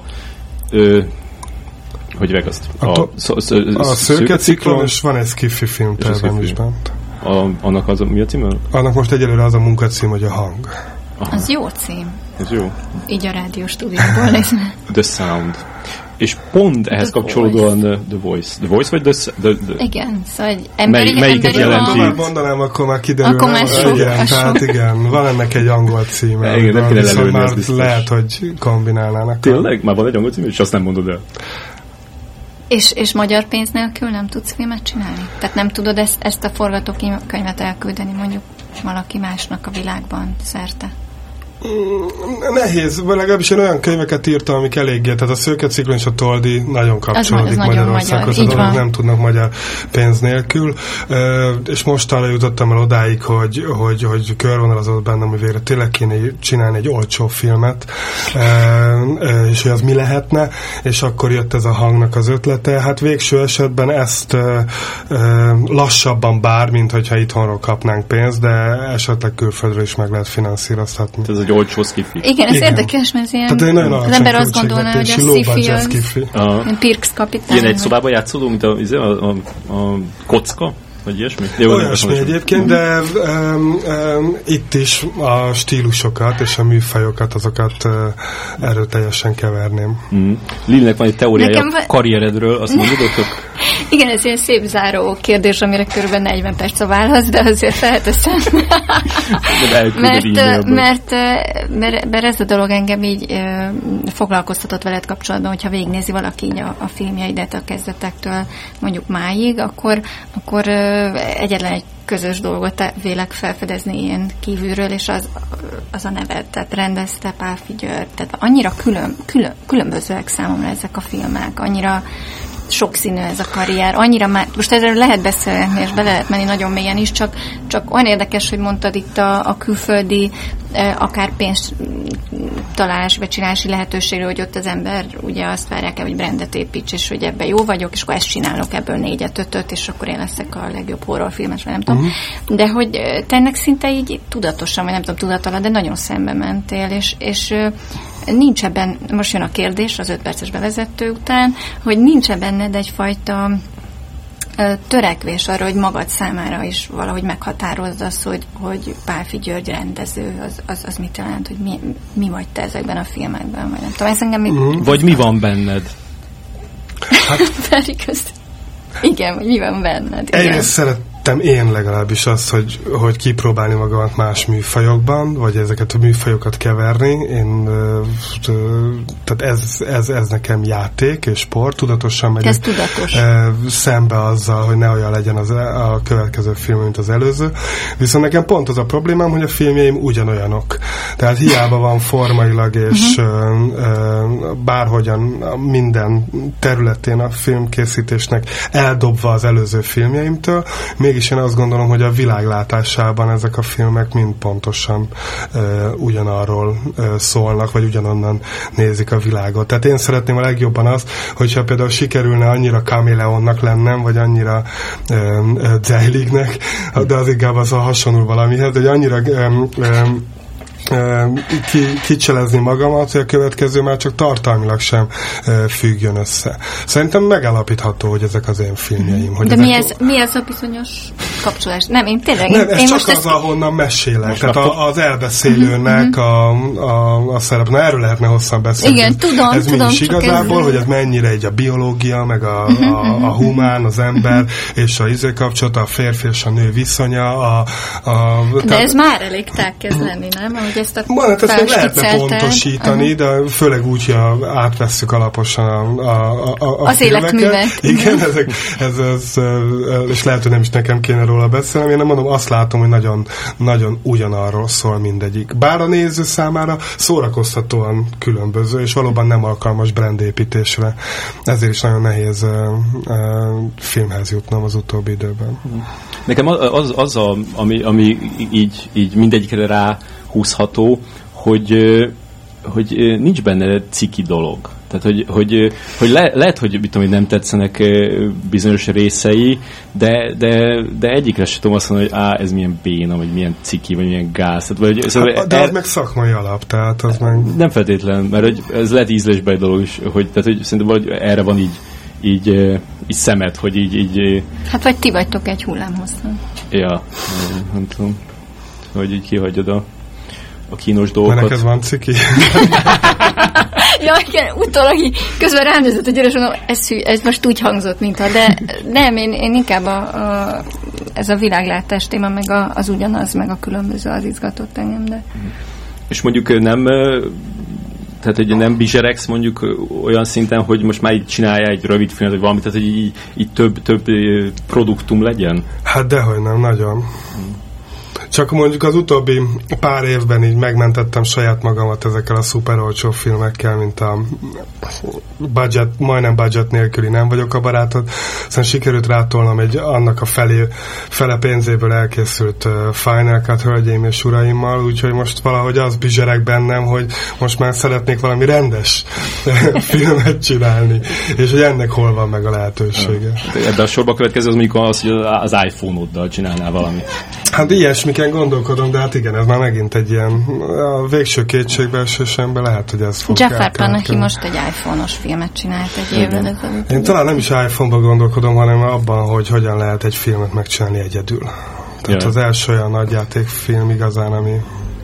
hogy meg azt? A Szőke Ciklon, és van egy Skiffy filmtervem is bent. Annak mi a címe? Annak most egyelőre az a munkacím, hogy a hang. Aha. Az jó cím. Ez jó. Így a rádió stúdióból nézve. The Sound. És pont ehhez kapcsolódóan The Voice. The Voice vagy The... Igen, szóval egy emberi... Melyiket jelenti? Ha mondanám, akkor már kiderül. Akkor már igen, tehát igen, van ennek egy angol címe. Igen, nem kéne viszont már lehet, hogy kombinálnának. Tényleg? Már van egy angol címe, és azt nem mondod el. És magyar pénz nélkül nem tudsz filmet csinálni? Tehát nem tudod ezt a forgatókönyvet elküldeni mondjuk valaki másnak a világban szerte? Nehéz, legalábbis én olyan könyveket írtam, amik eléggé, tehát a Szőke Ciklon és a Toldi nagyon kapcsolódik Magyarországhoz, nem tudnak magyar pénz nélkül, és most arra jutottam el odáig, hogy körvonalazott bennem, hogy végre tényleg kéne csinálni egy olcsó filmet, és hogy az mi lehetne, és akkor jött ez a hangnak az ötlete. Hát végső esetben ezt lassabban mint hogyha itthonról kapnánk pénzt, de esetleg külföldről is meg lehet finanszíroztatni. Ez egy olcsó skifi. Igen, ez érdekes, mert ilyen, az ember azt gondolná, hogy a sci-fi Pirks kapitány. Ilyen egy szobában játszódó, mint a kocka? Vagy ilyesmi? Olyasmi egyébként, de itt is a stílusokat és a műfajokat, azokat erőteljesen keverném. Lilnek van egy teóriája a karrieredről, azt mondod, Igen, ez ilyen szép záró kérdés, amire körülbelül 40 perc a válasz, de azért felteszem. mert ez a dolog engem így foglalkoztatott veled kapcsolatban, hogyha végignézi valaki így a filmjeidet a kezdetektől mondjuk máig, akkor egyetlen egy közös dolgot vélek felfedezni ilyen kívülről, és az a neved. Tehát rendezte Pálffy György. Tehát annyira különbözőek számomra ezek a filmek, annyira sokszínű ez a karrier, annyira már, most ezzel lehet beszélni, és bele lehet menni nagyon mélyen is, csak olyan érdekes, hogy mondtad itt a külföldi akár pénzt találási vagy csinálási lehetőségről, hogy ott az ember ugye azt várják el, hogy brandet építs, és hogy ebben jó vagyok, és akkor ezt csinálok ebből 4-5, és akkor én leszek a legjobb horrorfilmes, vagy nem tudom. De hogy te ennek szinte így tudatosan, vagy nem tudom, tudatala, de nagyon szembe mentél, és nincs ebben, most jön a kérdés az 5 perces bevezető után, hogy nincs benned egyfajta törekvés arra, hogy magad számára is valahogy meghatározd azt, hogy Pálffy György rendező, az mit jelent, hogy mi vagy te ezekben a filmekben, vagy nem tudom. Ez engem vagy mi van benned? Igen, vagy mi van benned? Egyrészt szerettem én legalábbis azt, hogy kipróbálni magamat más műfajokban, vagy ezeket a műfajokat keverni. Tehát ez nekem játék és sport. Tudatosan megyek szembe azzal, hogy ne olyan legyen a következő film, mint az előző. Viszont nekem pont az a problémám, hogy a filmjeim ugyanolyanok. Tehát hiába van formailag és bárhogyan minden területén a filmkészítésnek eldobva az előző filmjeimtől, mégis én azt gondolom, hogy a világlátásában ezek a filmek mind pontosan ugyanarról szólnak, vagy ugyanonnan nézik a világot. Tehát én szeretném a legjobban azt, hogyha például sikerülne annyira kameleonnak lennem, vagy annyira Zeylignek, de az inkább az hasonló valamihez, hogy annyira kicselezni magamat, hogy a következő már csak tartalmilag sem függjön össze. Szerintem megállapítható, hogy ezek az én filmjeim. Hogy de mi ez a bizonyos kapcsolás? Nem, én tényleg... Nem, ez csak az, ahonnan mesélek. Tehát az elbeszélőnek a szerep. Na, erről lehetne hosszan beszélni. Igen, tudom. Ez is igazából, hogy ez mennyire egy a biológia, meg a humán, az ember, és a kapcsolata, a férfi és a nő viszonya. De ez már elég tágkezd lenni, nem? Ezt még lehetne pontosítani, de főleg úgy, hogy átvesszük alaposan a az életművek. Igen, és lehet, hogy nem is nekem kéne róla beszélni, én nem mondom, azt látom, hogy nagyon, nagyon ugyanarról szól mindegyik. Bár a néző számára szórakoztatóan különböző, és valóban nem alkalmas brandépítésre. Ezért is nagyon nehéz filmhez jutnom az utóbbi időben. Nekem az ami így mindegyikre rá húzható, hogy nincs benne ciki dolog. Tehát, hogy lehet, hogy nem tetszenek bizonyos részei, de egyikre sem tudom azt mondani, hogy ez milyen béna, vagy milyen ciki, vagy milyen gáz. Tehát, de az meg szakmai alap, tehát az meg... Nem feltétlen, mert ez lehet ízlésbeli dolog is, tehát hogy szerintem valahogy erre van így szemed, hogy így... Hát vagy ti vagytok egy hullámhosszon. Ja, nem tudom, hogy így kihagyod a kínos dolgokat. Mert neked van ciki? Ja, igen, utólag így közben rám nézett, hogy gyere, mondom, ez most úgy hangzott, mintha, de nem, én inkább ez a világlátás téma, meg az ugyanaz, meg a különböző az izgatott engem, de... És mondjuk nem... Tehát, hogy nem bizseregsz mondjuk olyan szinten, hogy most már így csinálja egy rövid filmet, vagy valamit, tehát, hogy így több produktum legyen? Hát dehogy nem, nagyon. Csak mondjuk az utóbbi pár évben így megmentettem saját magamat ezekkel a szuper olcsó filmekkel, mint a majdnem budget nélküli Nem vagyok a barátod. Aztán sikerült rátolnom annak a fele pénzéből elkészült Final Cut Hölgyeim és Uraimmal, úgyhogy most valahogy az bizsereg bennem, hogy most már szeretnék valami rendes filmet csinálni, és hogy ennek hol van meg a lehetősége. Ebben a sorba következő az mondjuk az, hogy az iPhone-oddal csinálnál valamit. Hát ilyesmiken gondolkodom, de hát igen, ez már megint egy ilyen a végső kétségbeesésemben lehet, hogy ez fog Jafar Panahi most egy iPhone-os filmet csinált egy évvel ezelőtt. Én talán nem is iPhone-ba gondolkodom, hanem abban, hogy hogyan lehet egy filmet megcsinálni egyedül. Tehát az első olyan nagyjátékfilm igazán, ami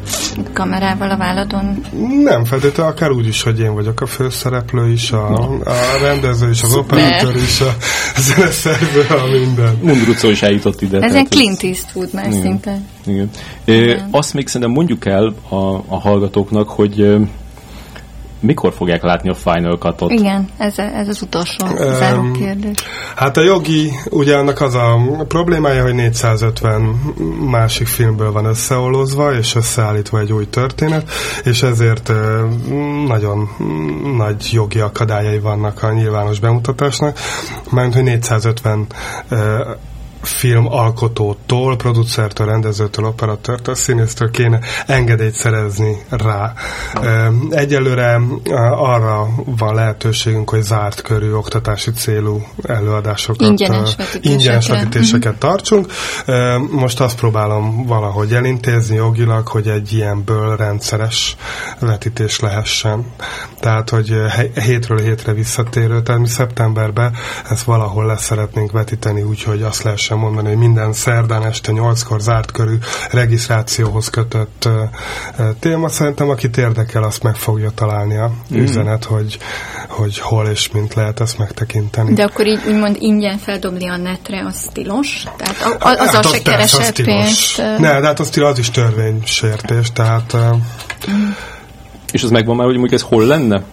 kamerával a válladon? Nem feltétlenül, akár úgy is, hogy én vagyok a főszereplő is, a rendező is, az operatőr is, a zeneszerző, a minden. Mundrucó is eljutott ide. Ez egy Clint Eastwood már szinte. Igen. Azt még szerintem mondjuk el a hallgatóknak, hogy mikor fogják látni a Final Cut-ot? Igen, ez az utolsó záró kérdés. Hát a jogi, ugye annak az a problémája, hogy 450 másik filmből van összeolózva, és összeállítva egy új történet, és ezért nagyon nagy jogi akadályai vannak a nyilvános bemutatásnak, mert hogy 450 filmalkotótól, producertől, rendezőtől, operatőrtől, színésztől kéne engedélyt szerezni rá. Egyelőre arra van lehetőségünk, hogy zárt körű oktatási célú előadásokat, ingyenes vetítéseket tartsunk. Most azt próbálom valahogy elintézni jogilag, hogy egy ilyenből rendszeres vetítés lehessen. Tehát, hogy hétről hétre visszatérő, tehát mi szeptemberben ezt valahol lesz szeretnénk vetíteni, úgyhogy azt lehessen mondani, hogy minden szerdán este 8-kor zárt körű regisztrációhoz kötött téma. Szerintem, akit érdekel, azt meg fogja találni a üzenet, hogy hol és mint lehet ezt megtekinteni. De akkor így úgymond ingyen feldobni a netre, az tilos? Tehát azzal se keresett pénzt? Ne, de hát az is törvénysértés, tehát... És az megvan már, hogy mondjuk ez hol lenne?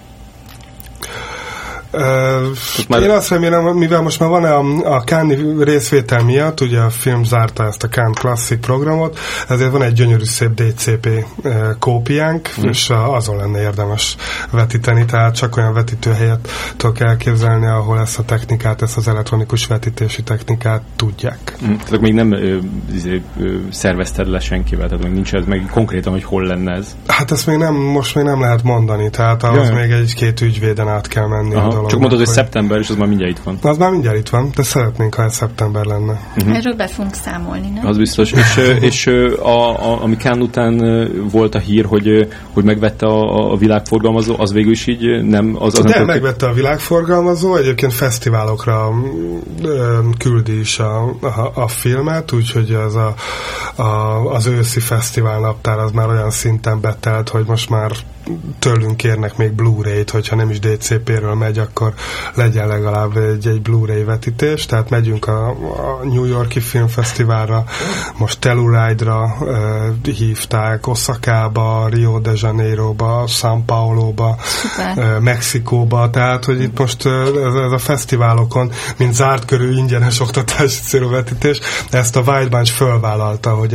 Én azt remélem, mivel most már van a Cannes részvétel miatt, ugye a film zárta ezt a Cannes Classic programot, ezért van egy gyönyörű szép DCP kópiánk, és azon lenne érdemes vetíteni, tehát csak olyan vetítőhelyet tudok elképzelni, ahol ezt a technikát, ezt az elektronikus vetítési technikát tudják. Tehát még nem szervezted le senkivel, tehát még nincs ez meg konkrétan, hogy hol lenne ez? Hát ezt most még nem lehet mondani, tehát ahhoz még egy-két ügyvéden át kell menni. Csak mondod, hogy szeptember, és az már mindjárt itt van. Az már mindjárt itt van, de szeretnénk, ha ez szeptember lenne. Erről be fogunk számolni, nem? Az biztos. És ami Cannes után volt a hír, hogy megvette a világforgalmazó, az végül is így nem... De megvette a világforgalmazó, egyébként fesztiválokra küldi is a filmet, úgyhogy az őszi fesztivál naptár az már olyan szinten betelt, hogy most már tőlünk kérnek még Blu-ray-t, hogyha nem is DCP-ről megy, akkor legyen legalább egy Blu-ray vetítés, tehát megyünk a New York-i filmfesztiválra, most Telluride-ra hívták, Osakába, Rio de Janeiroba, São Pauloba, Mexikóba, tehát, hogy itt most ez a fesztiválokon, mint zárt körű ingyenes oktatási célú vetítés, ezt a White Bunch fölvállalta, hogy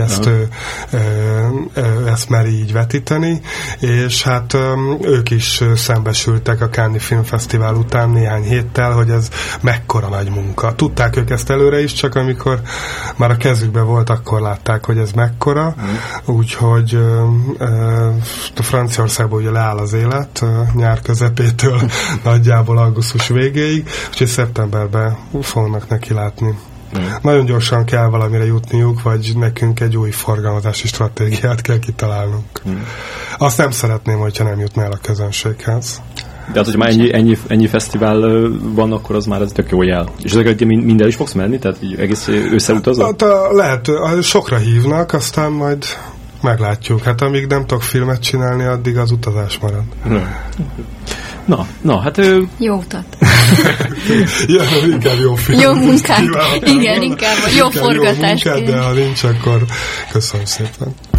ezt meri így vetíteni, és hát ők is szembesültek a Cannes-i Filmfesztivál után néhány héttel, hogy ez mekkora nagy munka. Tudták ők ezt előre is, csak amikor már a kezükben volt, akkor látták, hogy ez mekkora. Úgyhogy Franciaországban ugye leáll az élet nyár közepétől nagyjából augusztus végéig, úgyhogy szeptemberben fognak neki látni. Nagyon gyorsan kell valamire jutniuk, vagy nekünk egy új forgalmazási stratégiát kell kitalálnunk. Azt nem szeretném, hogyha nem jutna el a közönséghez. De hát, hogy már ennyi fesztivál van, akkor az már ez tök jó jel. És ezeket minden is fogsz menni? Tehát így egész összeutazol? Hát lehet, sokra hívnak, aztán majd meglátjuk. Hát amíg nem tudok filmet csinálni, addig az utazás marad. Na, hát... Jó utat. Inkább jó film. Jó munkát. Igen, inkább jó forgatást. Jó munkát, de ha nincs, akkor köszönöm szépen.